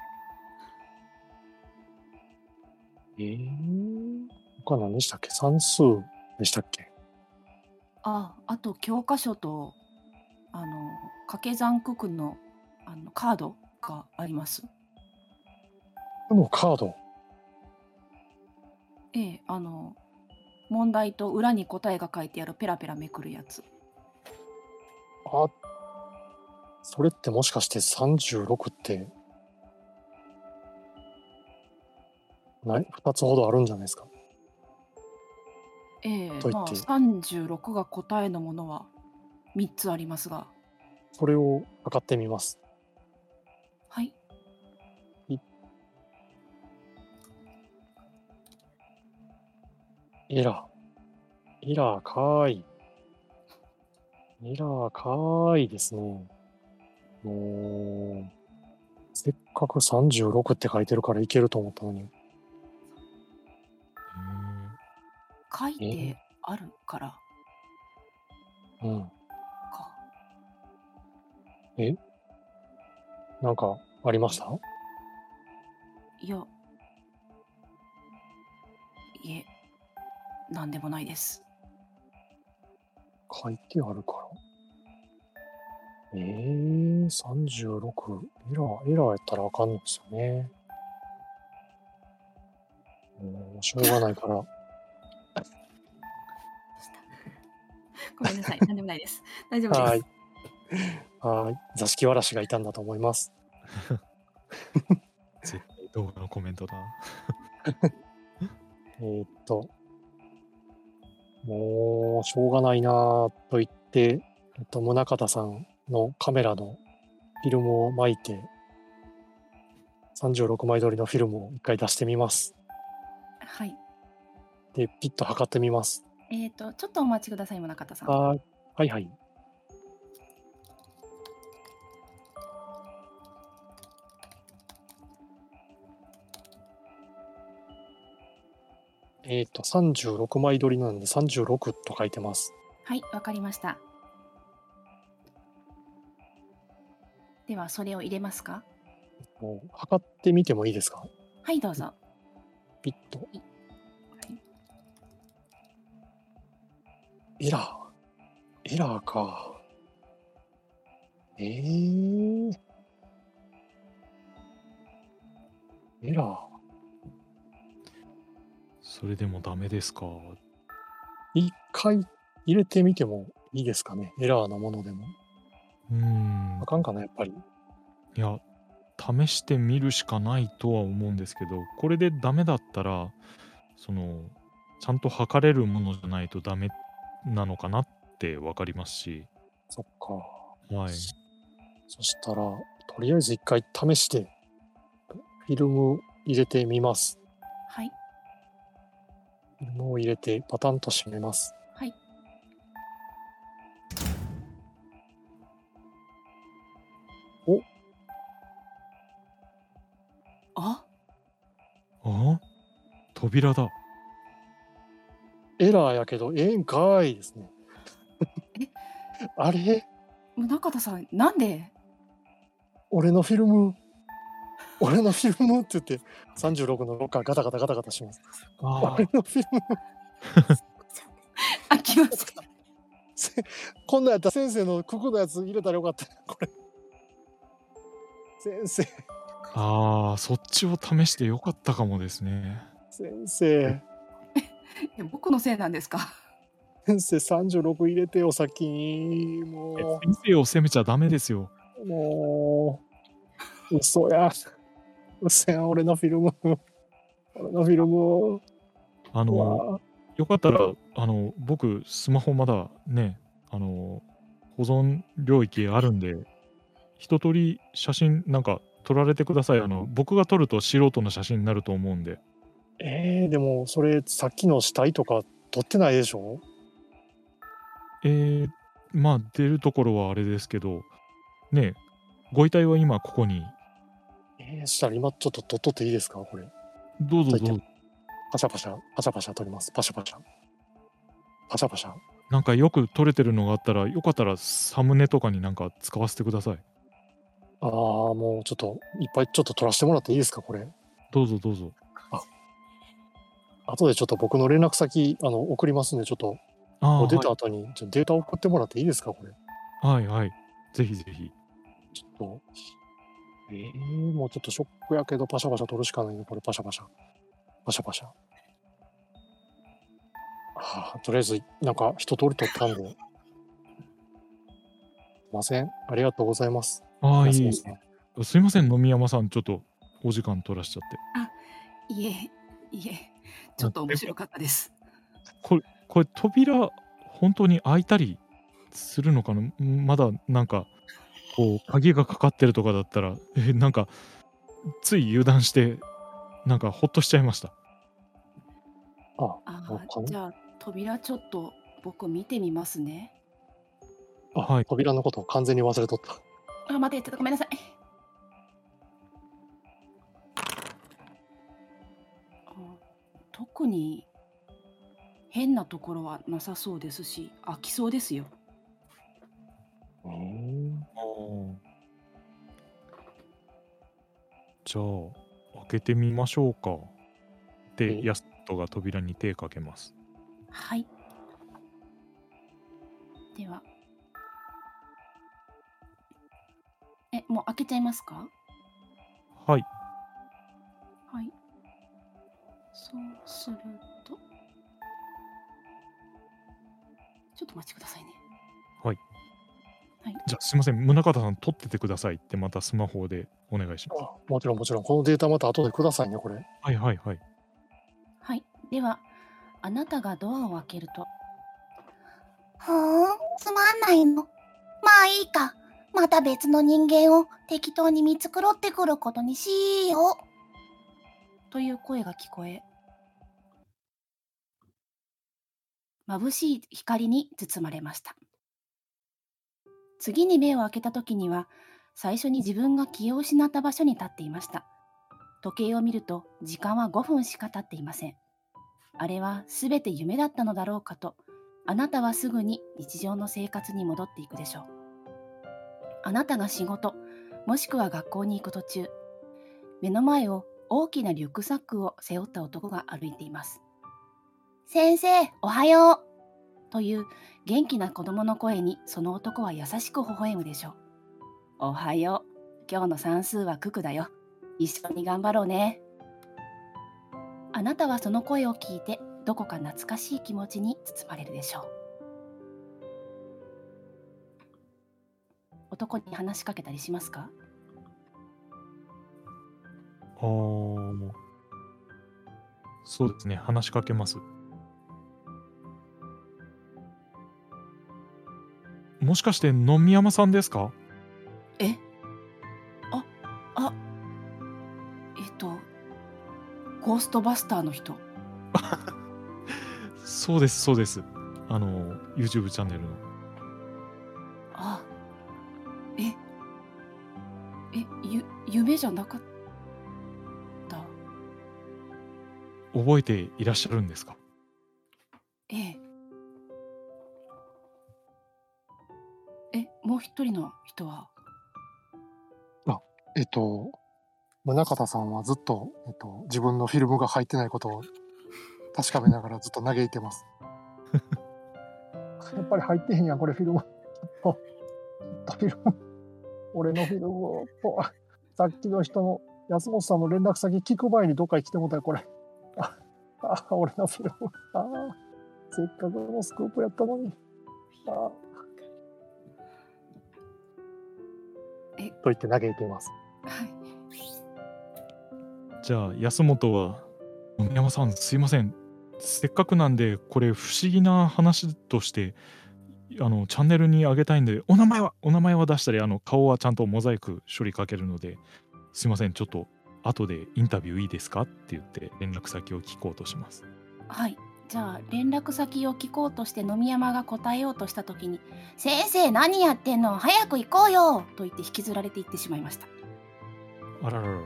ー。他何でしたっけ？算数でしたっけ？ あと教科書と掛け算九九のカードがあります。 このカード。 問題と裏に答えが書いてあるペラペラめくるやつ。 それってもしかして36って2つほどあるんじゃないですか？と言って、 36が答えのものは3つありますが。 それを測ってみます。 はい。 エラーかーい。エラーかーいですね。せっかく36って書いてるからいけると思ったのに。 書いてあるからか。 なんかありました？ いえ、なんでもないです。 書いてあるから。36。エラーやったらあかんのですよね。しょうがないから。 ごめんなさい。なんでもないです。大丈夫です。 はい。座敷わらしがいたんだと思います。 絶対動画のコメントだ。 もうしょうがないなぁと言って、宗像さんのカメラのフィルムを巻いて、36枚撮りのフィルムを一回出してみます。 はい。 で、ピッと測ってみます。 ちょっとお待ちください、宗像さん。 はい。36枚撮りなので36と書いてます。 はい、わかりました。では、それを入れますか？ もう測ってみてもいいですか？ はい、どうぞ。 ピッと。 はい。 エラーか。エラー。 それでもダメですか？ 一回入れてみてもいいですかね？エラーのものでも。あかんかな、やっぱり。 いや、試してみるしかないとは思うんですけど、これでダメだったら、ちゃんと測れるものじゃないとダメなのかなって分かりますし。 そっか。 はい。 そしたら、とりあえず一回試して、フィルム入れてみます。 はい。 フィルムを入れてパタンと閉めます。 はい。 お、 あ、 あ、扉だ。 エラーやけどええんかいですね。 え、 あれ宗像さん、なんで？ 俺のフィルム、俺のフィルムって言って、36のロッカーガタガタガタガタします。 あ俺のフィルム、 開きません。 こんなんやったら先生の九九のやつ入れたらよかった。これ。先生、 あ、そっちを試してよかったかもですね。 先生、 僕のせいなんですか？ 先生36入れてよ、先に。も先生を責めちゃダメですよ。 う、もう、嘘や。嘘や、俺のフィルム。俺のフィルム。 あの、 わあ、 よかったら、僕、スマホまだね、保存領域あるんで、一通り写真なんか撮られてください。僕が撮ると素人の写真になると思うんで。 でもそれさっきの死体とか撮ってないでしょ？ まあ、出るところはあれですけど、ね、ご遺体は今ここに。 そしたら今ちょっと撮っとっていいですか？これ。そうやってどうぞどうぞ。 パシャパシャ、パシャパシャ撮ります。パシャパシャ。パシャパシャ。 なんかよく撮れてるのがあったら、よかったらサムネとかになんか使わせてください。 ああ、もうちょっといっぱいちょっと撮らせてもらっていいですか？これ。 どうぞどうぞ。 後でちょっと僕の連絡先送りますんで、ちょっとこう出はい。 た後にデータ送ってもらっていいですか？これ。 はいはい。ぜひぜひ。 ちょっと、もうちょっとショックやけどパシャパシャ撮るしかないね、これ。パシャパシャ。パシャパシャ。とりあえずなんか一通り撮ったんで。すいません。ありがとうございます。 いえい安野さん。 え。すいません、野見山さん、ちょっとお時間取らしちゃって。 あ、いえ、いえ、ちょっと面白かったです。 これ扉、本当に開いたりするのかな？まだなんか、こう鍵がかかってるとかだったら、なんかつい油断して、なんかほっとしちゃいました。 じゃあ、扉ちょっと僕見てみますね。 はい。 扉のことを完全に忘れとった。 待って、ちょっとごめんなさい。特に変なところはなさそうですし、開きそうですよ。 じゃあ、開けてみましょうか。で、ヤストが扉に手かけます。 はい。では。もう開けちゃいますか？ はい。 はい。そうすると。ちょっとお待ちくださいね。 はい。 はい。 じゃあ、すいません、宗像さん撮っててくださいってまたスマホでお願いします。 もちろんもちろん。このデータまた後でくださいね、これ。 はいはいはい。 はい。では、あなたがドアを開けると。 つまんないの。まあいいか。また別の人間を適当に見繕ってくることにしよう。 という声が聞こえ、眩しい光に包まれました。次に目を開けた時には、最初に自分が気を失った場所に立っていました。時計を見ると時間は5分しか経っていません。あれはすべて夢だったのだろうかと、あなたはすぐに日常の生活に戻っていくでしょう。あなたが仕事、もしくは学校に行く途中、目の前を大きなリュックサックを背負った男が歩いています。先生、おはようという元気な子供の声にその男は優しく微笑むでしょう。おはよう。今日の算数は九九だよ。一緒に頑張ろうね。あなたはその声を聞いてどこか懐かしい気持ちに包まれるでしょう。男に話しかけたりしますか？ そうですね、話しかけます。 もしかして野見山さんですか？ えあ、あ、ゴーストバスターの人。 そうです、そうです。YouTube チャンネルの。 あ、え、夢じゃなかった。 覚えていらっしゃるんですか？ ええ。もう一人の人は？ 宗像さんはずっと、自分のフィルムが入ってないことを確かめながらずっと嘆いてます。やっぱり入ってへんやん、これフィルム。フィルム。俺のフィルムを、さっきの人の安本さんの連絡先聞く前にどっかに来てもたよ、これ。俺のフィルム。せっかくのスクープやったのに。と言って嘆いています。 はい。 じゃあ安本は野見山さんすいません、せっかくなんでこれ不思議な話としてチャンネルに上げたいんでお名前は出したり顔はちゃんとモザイク処理かけるのですいません、ちょっと後でインタビューいいですかって言って連絡先を聞こうとします。 はい。じゃあ連絡先を聞こうとして野見山が答えようとした時に「先生何やってんの、早く行こうよ!」と言って引きずられていってしまいました。 あらららら。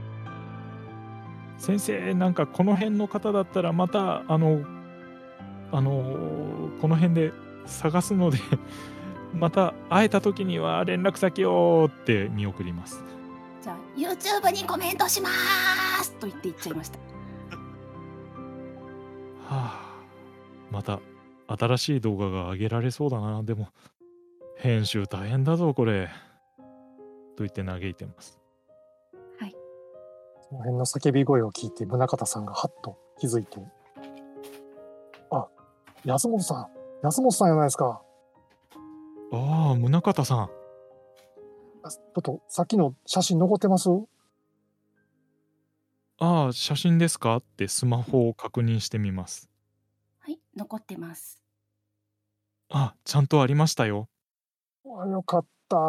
先生、なんかこの辺の方だったらまたこの辺で探すのでまた会えた時には連絡先をって見送ります。 じゃあ YouTube にコメントしますと言って言っちゃいました。 また新しい動画が上げられそうだな。でも編集大変だぞこれと言って嘆いてます。 はい。 その辺の叫び声を聞いて宗像さんがハッと気づいて、安本さんじゃないですか。 ああ、宗像さん。 ちょっとさっきの写真残ってます？ ああ、写真ですかってスマホを確認してみます。 はい、残ってます。 ちゃんとありましたよ。 よかった。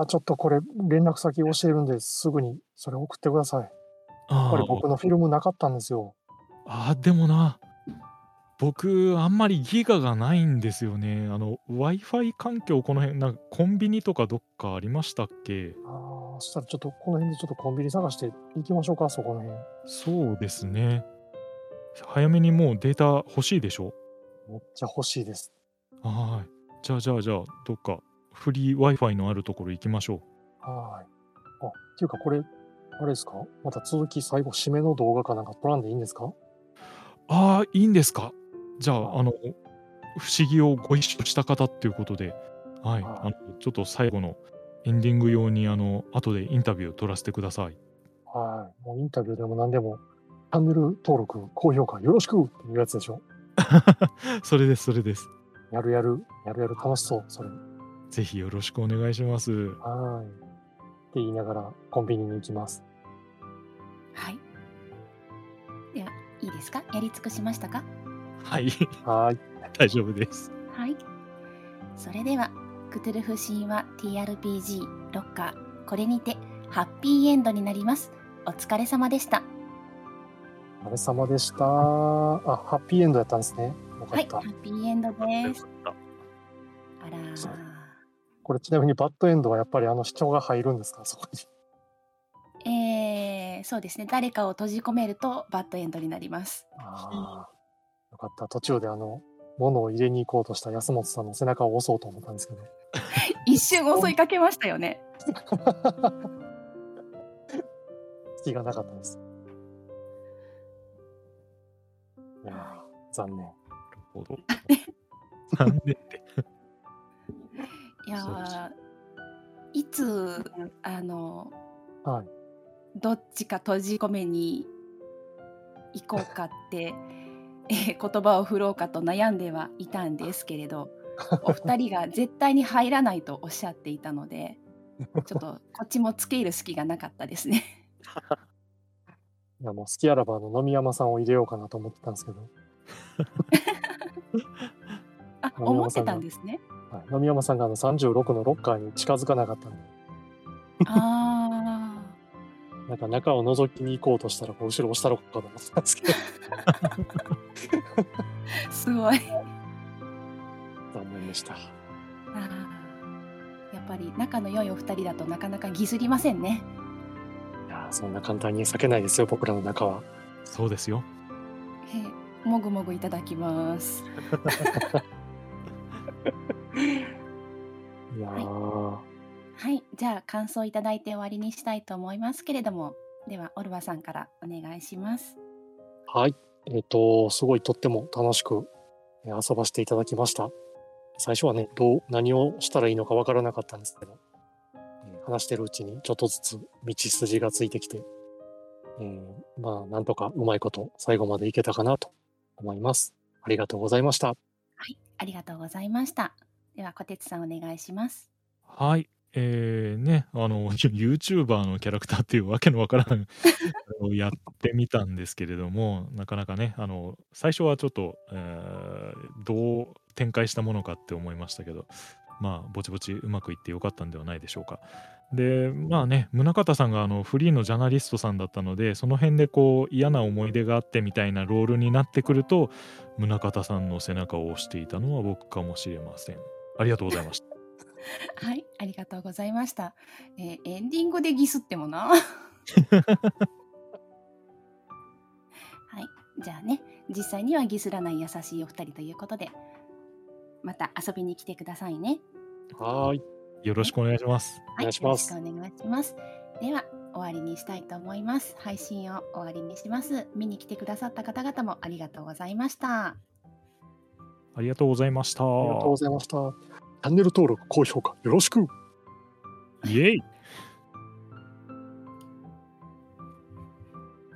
ちょっとこれ連絡先教えるんですぐにそれ送ってください。やっぱり僕のフィルムなかったんですよ。 でもな、僕あんまりギガがないんですよね。Wi-Fi 環境この辺、なんかコンビニとかどっかありましたっけ？ そしたらちょっとこの辺でちょっとコンビニ探して行きましょうか、そこの辺。 そうですね。早めにもうデータ欲しいでしょ？ めっちゃ欲しいです。 はい。じゃあ、どっかフリー Wi-Fi のあるところ行きましょう。 っていうかこれ、あれですか？また続き最後締めの動画かなんか撮らんでいいんですか？ いいんですか？じゃあ、不思議をご一緒した方っていうことで、はい。ちょっと最後のエンディング用に、後でインタビューを取らせてください。 もうインタビューでも何でも、チャンネル登録、高評価よろしくっていうやつでしょ？ それです。 やる楽しそう、それ。 ぜひよろしくお願いします。 って言いながらコンビニに行きます。 はい。では、いいですか？やり尽くしましたか？ はい。 はい。 大丈夫です。 はい。それでは、クトゥルフ神話 TRPG ロッカー、これにてハッピーエンドになります。お疲れ様でした。 お疲れ様でした。ハッピーエンドやったんですね。よかはい、 った。 ハッピーエンドです。あらそうこれちなみにバッドエンドはやっぱり視聴が入るんですか、そこに。 そうですね。誰かを閉じ込めるとバッドエンドになります。 よかった。途中で物を入れに行こうとした安本さんの背中を押そうと思ったんですけど。 一瞬襲いかけましたよね。 隙がなかったです。いや残念。 なるほど。残念って。 いやいつどっちか閉じ込めに行こうかって、言葉を振ろうかと悩んではいたんですけれど、お二人が絶対に入らないとおっしゃっていたので、ちょっとこっちもつけ入る隙がなかったですね。 いやもう好きあらば野見山さんを入れようかなと思ってたんですけど。 あ、 野見思って山さんが、 たんですね。 野見山さんが36のロッカーに近づかなかったんで、 あなんか中を覗きに行こうとしたら、こう後ろ押したろかと思ってたんですけど、 あ、すごい。 残念でした。 あやっぱり仲の良いお二人だとなかなかギスりませんね。 いやー、そんな簡単に避けないですよ、僕らの仲は。 そうですよ。 もぐもぐいただきます。 いやはいー、 はい、じゃあ感想いただいて終わりにしたいと思いますけれども、ではオルバさんからお願いします。 はい。すごいとっても楽しく遊ばせていただきました。最初はね、何をしたらいいのかわからなかったんですけど、話してるうちにちょっとずつ道筋がついてきて、まあ、なんとかうまいこと最後までいけたかなと思います。ありがとうございました。 はい、ありがとうございました。では小鉄さんお願いします。 はい。ね、YouTuber のキャラクターっていうわけのわからないやってみたんですけれども、なかなかね、最初はちょっと、どう展開したものかって思いましたけど、まあ、ぼちぼちうまくいってよかったんではないでしょうか。で、まあね、宗像さんがフリーのジャーナリストさんだったので、その辺でこう嫌な思い出があってみたいなロールになってくると、宗像さんの背中を押していたのは僕かもしれません。ありがとうございました。 はい、ありがとうございました。エンディングでギスってもな。はい、じゃあね、実際にはギスらない優しいお二人ということで、また遊びに来てくださいね。 はーい。 よろしくお願いします。 お願いします。 よろしくお願いします。では、終わりにしたいと思います。配信を終わりにします。見に来てくださった方々もありがとうございました。 ありがとうございました。 ありがとうございました。チャンネル登録、高評価よろしく。 イエイ